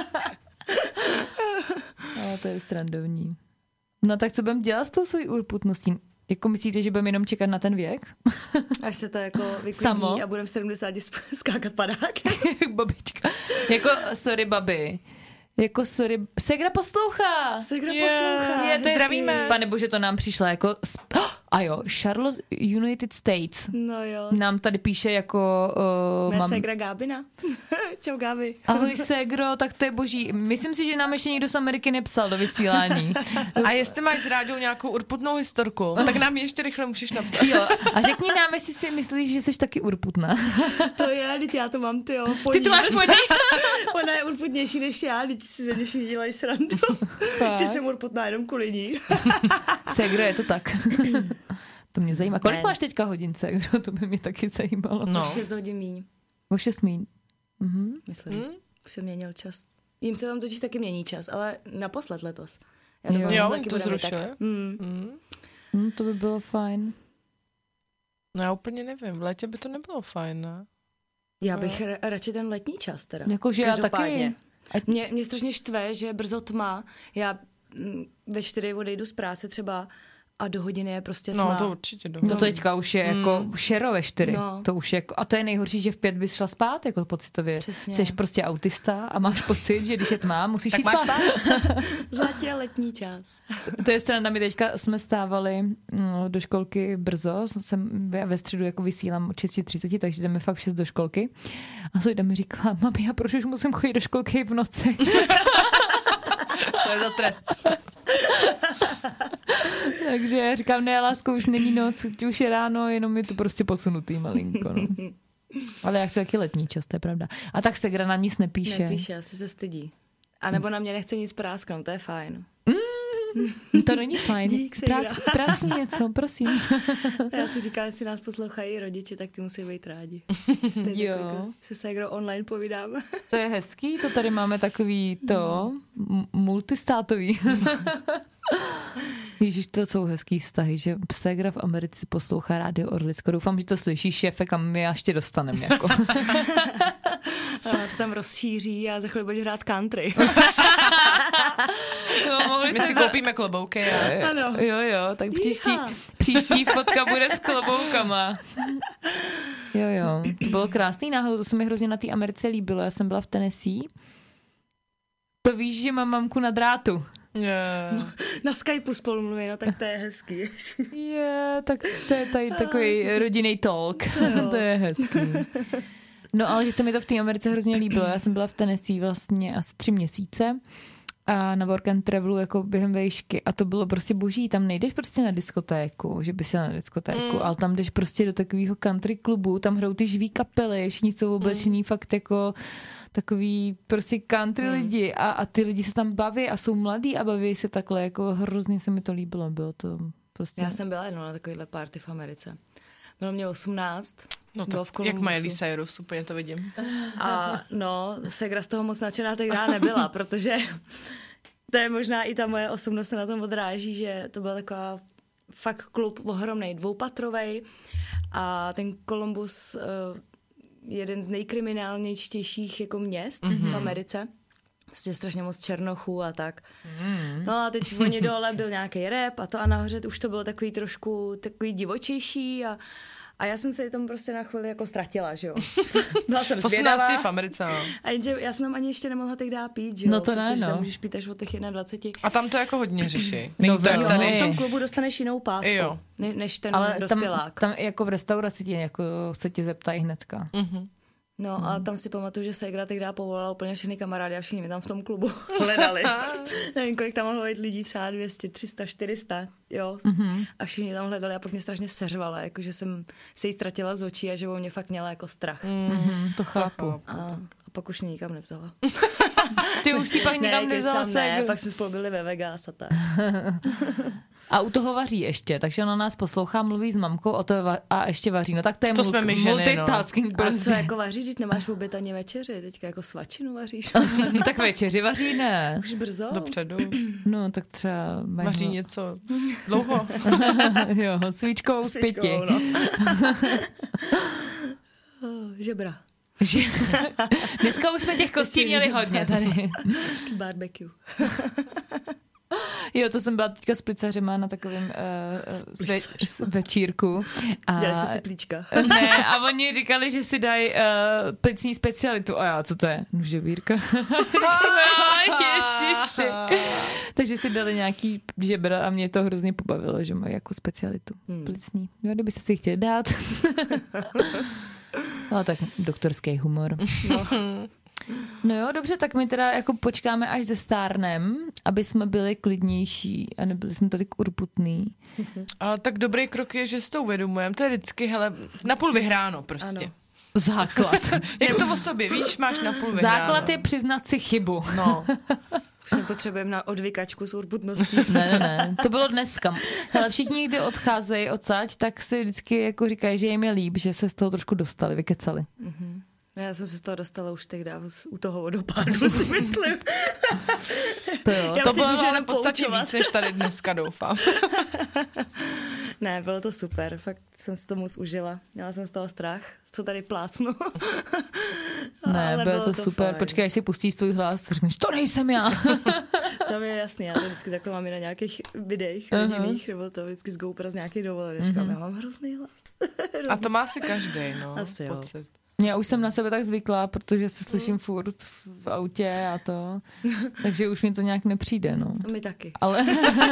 Ale to je srandovní. No tak co budeme dělat s tou svojí urputností? Jako myslíte, že budeme jenom čekat na ten věk? Až se to jako vyklidní Samo? a budeme v sedmdesáti skákat padáky. Babička. Jako, sorry, babi. Jako, sorry, Segra poslouchá. Segra Yeah. poslouchá. Je, to je Zdravíme. Pane bože, to nám přišlo jako... Sp- oh, a jo, Charlotte United States. No jo. Nám tady píše jako... Uh, Mé mam... ségra Gábina. Čau Gábi. Ahoj Segro, tak to je boží. Myslím si, že nám ještě někdo z Ameriky nepsal do vysílání. A jestli máš s Ráďou nějakou urputnou historku, tak nám ji ještě rychle můžeš napsat. Jo, a řekni nám, jestli si myslíš, že jsi taky urputná. To je, teď já to mám, ty jo. Ty to máš po ní? Ona je urputnější než já, teď si ze dnešní dělají srandu. Že jsem urputná jenom kvůli ní. Segro, je to tak. To mě zajímá. Kolik Ne. máš teďka hodin, Segro? To by mě taky zajímalo. No. šest hodin míň, O šest míň. Mhm. myslím. Hmm? Už se měnil čas. Jím se tam totiž taky mění čas, ale naposled letos. Já Jo. doufám, že Jo, taky oni to budeme zrušili. tak. Mm. Hmm. Hm, to by bylo fajn. No já úplně nevím, v létě by to nebylo fajn, ne? Já bych ra- radši ten letní čas teda. Jakože já taky. Mě, mě strašně štve, že je brzo tma. Já ve čtyři odejdu z práce třeba a do hodiny je prostě tma. No to určitě do To teďka už je jako Mm. šero ve čtyři. No. To už je jako, a to je nejhorší, že v pět bys šla spát, jako pocitově. Přesně. Jsi prostě autista a máš pocit, že když je tma, musíš Tak jít máš spát. Zlatě letní čas. To je strana, my teďka jsme stávali no, do školky brzo, jsem ve středu jako vysílám od šest třicet, takže jdeme fakt v šest do školky. A Zojda mi říkala, mami, já proč už musím chodit do školky v noci? To je za trest. Takže já říkám, ne, lásko, už není noc, už je ráno, jenom je to prostě posunutý malinko. No. Ale já chci taky letní čas, to je pravda. A tak Segra nám nic nepíše. Nepíše, asi se stydí. A nebo na mě nechce nic prásknout, to je fajn. Mm, to není fajn. Dík, Segra. Prás, práskni něco, prosím. Já si říkám, jestli nás poslouchají rodiče, tak ty musí být rádi. Stejně Jo. jako se Segrou online povídáme. To je hezký, to tady máme takový to m- multistátový. Ježíš, to jsou hezký vztahy, že Segra v Americe poslouchá rádio Orlicko. Doufám, že to slyší šéfe, kam my až tě dostaneme. Jako. A to tam rozšíří a za chvíli budeš hrát country. No, mohli My jste si za- koupíme klobouky. A... Ano. Jo, jo, tak příští, Jíha. příští fotka bude s kloboukama. Jo, jo, to bylo krásný náhodou, to se mi hrozně na té Americe líbilo, já jsem byla v Tennessee. To víš, že mám mamku na drátu. Yeah. Na Skypeu spolu mluví, no tak to je hezký. Je, tak to je tady takový rodinný talk. To je hezký. No ale že se mi to v té Americe hrozně líbilo. Já jsem byla v Tennessee vlastně asi tři měsíce a na work and travelu jako během vejšky a to bylo prostě boží. Tam nejdeš prostě na diskotéku, že bys šel na diskotéku, mm. ale tam jdeš prostě do takového country klubu, tam hrajou ty živý kapely, všichni jsou oblečení mm. fakt jako takový prostě country mm. lidi a, a ty lidi se tam baví a jsou mladí a baví se takhle, jako hrozně se mi to líbilo, bylo to prostě... Já jsem byla jednou na takovýhle party v Americe. Bylo mě osmnáct. No bylo tak, v jak Columbusu. Miley Cyrus, úplně to vidím. A no, Segra z toho moc nadšená tehdy nebyla, protože to je možná i ta moje osobnost se na tom odráží, že to byl taková fakt klub ohromnej, dvoupatrovej a ten Columbus uh, jeden z nejkriminálnějších jako měst mm-hmm. v Americe. Prostě strašně moc černochů a tak. Mm. No a teď oni dole byl nějaký rap a to a nahoře už to bylo takový trošku takový divočejší a A já jsem se tam prostě na chvíli jako ztratila, že jo. Byla jsem zvědavá. osmnáct v Americe, no. A jenže já jsem tam ani ještě nemohla tehdy pít, že jo. No to ne, protože no. tam můžeš pít až od těch dvacet jedna. A tam to jako hodně řeší. No, Není to jak jo, tady. V tom klubu dostaneš jinou pásku, Jo. ne, než ten Ale tam, dospělák. tam jako v restauraci tě, jako se tě zeptají hnedka. Mhm. No hmm. a tam si pamatuju, že Segra tehdy povolala úplně všechny kamarády a všichni mě tam v tom klubu hledali. Nevím, kolik tam mohlo být lidí, třeba dvě stě, tři sta, čtyři sta, jo. Mm-hmm. A všichni tam hledali a pak mě strašně seřvala, jako že jsem se jí ztratila z očí a že o mě fakt měla jako strach. Mm-hmm, to chápu. A, a pak už mě nikam nevzala. Ty už si pak nikam ne, nevzala kecám, Segru. ne, pak jsme spolu byli ve Vegas a tak. A u toho vaří ještě, takže ona nás poslouchá, mluví s mamkou o to va- a ještě vaří. No tak to je To mul- jsme my ženy, multitasking. A Prostě. co jako vaří, když nemáš vůbec ani večeři, teďka jako svačinu vaříš. No tak večeři vaří ne. Už brzo. Dopředu. No tak třeba... mají Vaří ho- něco dlouho. Jo, svíčkovou z pěti. Svíčkou, no. Oh, žebra. Že... Dneska už jsme těch kostí měli hodně tady. Barbecue. Jo, to jsem byla teďka s plicařema na takovém uh, ve, večírku. A... Dělali jste si plíčka. Ne, a oni říkali, že si dají uh, plicní specialitu. A já, co to je? Nužebírka. Ježiši. Takže si dali nějaký žebra a mě to hrozně pobavilo, že mají jako specialitu hmm. plicní. Jo, kdybyste si chtěli dát. No tak doktorský humor. No. No jo, dobře, tak my teda jako počkáme až ze stárnem, aby jsme byli klidnější a nebyli jsme tolik urputný. Ale tak dobrý krok je, že si to uvědomujeme. To je vždycky, hele, napůl vyhráno prostě. Ano. Základ. Jak to o sobě, víš, máš napůl vyhráno. Základ je přiznat si chybu. No. Už nepotřebujeme na odvykačku s urputností. Ne, ne, ne, to bylo dneska. Hele, všichni, kdy odcházejí odsaď, tak si vždycky jako říkají, že jim je líb, že se z toho trošku dostali, vykecali. Mm-hmm. Já jsem se z toho dostala už tehdy u toho vodopádu, si myslím. To jo. Já To už teď bylo můžu na jenom podstatě poučovat. víc, než tady dneska, doufám. Ne, bylo to super, fakt jsem si to moc užila. Měla jsem z toho strach, co tady plácnu. Ne, ale bylo, bylo to, to super. fajn. Počkej, až si pustíš svůj hlas, řekneš, to nejsem já. To mi je jasný, já to vždycky takhle mám i na nějakých videích Aha. rodinných, nebo to vždycky z GoPro z nějakých dovolených. Říkám, já mám hrozný hlas. A to má asi každý, no, Asi jo. pocit. Já už jsem na sebe tak zvyklá, protože se slyším furt v autě a to, takže už mi to nějak nepřijde, no. A my taky. Ale,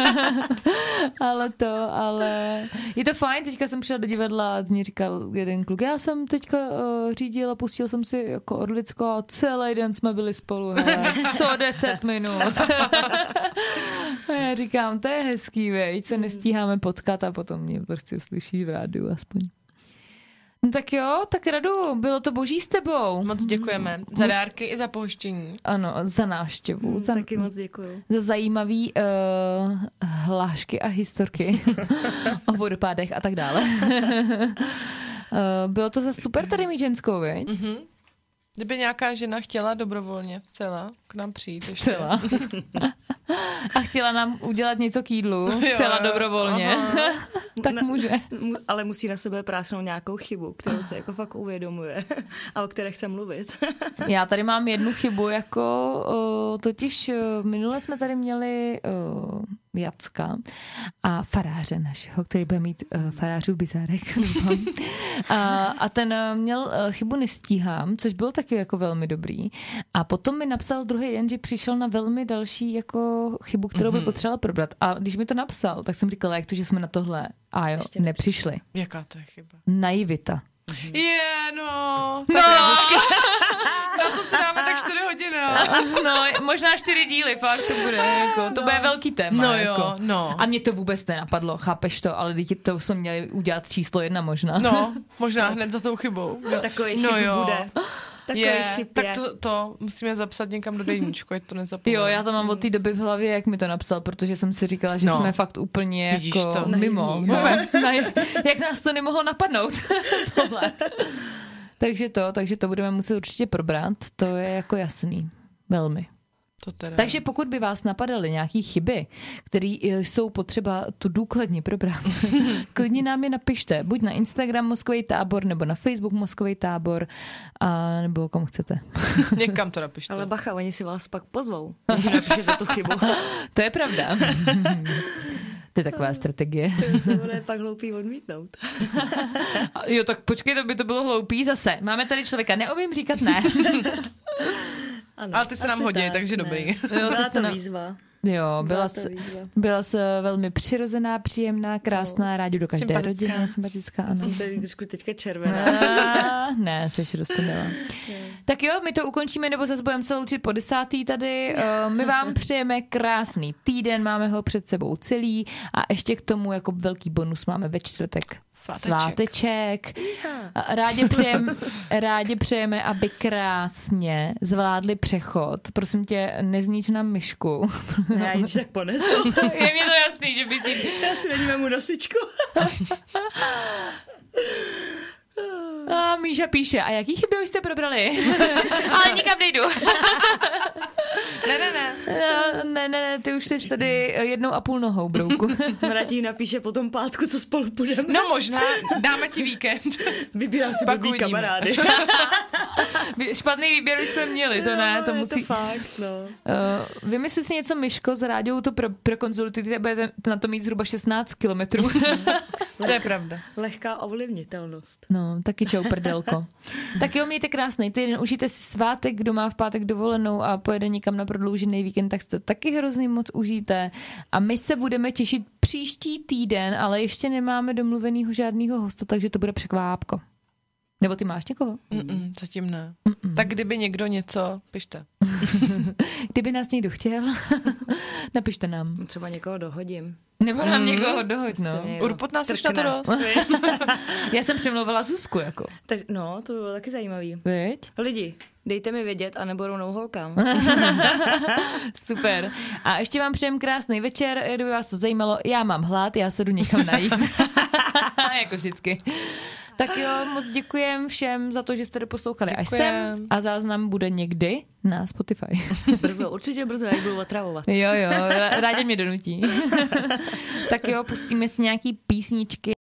ale to, ale je to fajn, teďka jsem přišla do divadla a mi říkal jeden kluk, já jsem teďka uh, řídil a pustil jsem si jako Orlicko a celý den jsme byli spolu, hele, co deset minut. A já říkám, to je hezký, veď, se nestíháme potkat a potom mě prostě slyší v rádiu aspoň. No tak jo, tak Radu, bylo to boží s tebou. Moc děkujeme za dárky i za pohoštění. Ano, za návštěvu. Mm, za, taky moc děkuju. Za zajímavý uh, hlášky a historky o vodopádech a tak dále. uh, bylo to za super tady mít ženskou, viď? Mhm. Kdyby nějaká žena chtěla dobrovolně zcela k nám přijít ještě. Zcela. A chtěla nám udělat něco k jídlu, zcela dobrovolně. Tak Ne, může. mu- Ale musí na sebe prásnout nějakou chybu, kterou se jako fakt uvědomuje a o které chce mluvit. Já tady mám jednu chybu, jako uh, totiž uh, minule jsme tady měli uh, Jacka a faráře našeho, který bude mít uh, farářů bizárek. doufám. a, a ten uh, měl uh, chybu nestíhám, což bylo taky jako velmi dobrý. A potom mi napsal druhý den, že přišel na velmi další jako chybu, kterou by potřeboval probrat. A když mi to napsal, tak jsem říkala, jak to, že jsme na tohle a jo, Ještě nepřišli. Jaká to je chyba? Naivita. Je, yeah, no. No, Na to si dáme tak čtyři hodiny. ale- no, možná čtyři díly, fakt to bude, jako, to bude velký téma. No jako. jo, no. A mě to vůbec nenapadlo, chápeš to, ale teď to jsme měli udělat číslo jedna možná. No, možná hned za tou chybou. No. Takový no chyb jo. bude. Takový Je, chyb tak je. to, to musíme zapsat někam do deníčku, ať to nezapomeňme. Jo, já to mám od té doby v hlavě, jak mi to napsal, protože jsem si říkala, že No. jsme fakt úplně Vidíš jako to? mimo. Naivní. No, na, jak nás to nemohlo napadnout. Tohle. takže to, takže to budeme muset určitě probrat, to je jako jasný. Velmi. To teda. Takže pokud by vás napadaly nějaké chyby, které jsou potřeba tu důkladně probrat, klidně nám je napište. Buď na Instagram Mozkový tábor, nebo na Facebook Mozkový tábor, a nebo kom chcete. Někam to napište. Ale bacha, oni si vás pak pozvou, když napíšete tu chybu. To je pravda. To je taková strategie. To bude pak hloupý odmítnout. Jo, tak počkej, to by to bylo hloupý zase. Máme tady člověka, neumím říkat ne. Ano, Ale ty se nám asi hodí, tak, takže ne. dobrý. Jo, Byla to to se nám- výzva. Jo, byla Byla jsi, to výzva. byla jsi velmi přirozená, příjemná, krásná, rádi do každé Sympatická. rodiny, sympatická, ano. Jsem tady trošku teďka červená. Ah, ne, jsi roztomila. Tak jo, my to ukončíme, nebo zase budeme se loučit po desátý tady. Uh, my vám přejeme krásný týden, máme ho před sebou celý a ještě k tomu jako velký bonus máme ve čtvrtek Sváteček. sváteček. A Rádi přejeme, rádi přejeme, aby krásně zvládli přechod. Prosím tě, neznič nám myšku. Já ji tak ponesu. Je mi to jasný, že by si... Já si na ní vemu nosičku. A Míša píše, a jaký chyby už jste probrali? Ale nikam nejdu. Ne, ne, ne. No, ne, ne, ne, ty už jsi tady jednou a půl nohou, brouku. Mradí napíše po tom pátku, co spolu půjdeme. No možná, dáme ti víkend. Vybírám si Pak blbý uvidíme. kamarády. Špatný výběr už jsme měli, to ne, to je musí... to fakt, no. Uh, vymysli si něco, Myško, s rádiou to pro, pro konzulty, budete na to mít zhruba šestnáct kilometrů. To je pravda. Lehká ovlivnitelnost. No, taky čau, prdelko. Tak jo, mějte krásný týden, užijte si svátek, kdo má v pátek dovolenou a pojede někam na prodloužený víkend, tak si to taky hrozně moc užijte. A my se budeme těšit příští týden, ale ještě nemáme domluvenýho žádného hosta, takže to bude překvápko. Nebo ty máš někoho? Mm-mm, zatím ne. Mm-mm. Tak kdyby někdo něco, pište. Kdyby nás někdo chtěl, napište nám. Třeba někoho dohodím. Nebo nám mm. někoho dohoď, no. Prostě někdo Urputná seš na to trkne. dost. Já jsem přemlouvala Zuzku, jako. Tak, no, to by bylo taky zajímavý. Viď? Lidi, dejte mi vědět a nebo rovnou holkám. Super. A ještě vám přejem krásný večer, kdyby vás to zajímalo. Já mám hlad, já se jdu někam najíst. Jako vždycky. Tak jo, moc děkujem všem za to, že jste doposlouchali až Děkujem. sem a záznam bude někdy na Spotify. Brzo, určitě brzo, jak budu otravovat. Jo, jo, rádi mě donutí. Tak jo, pustíme si nějaký písničky.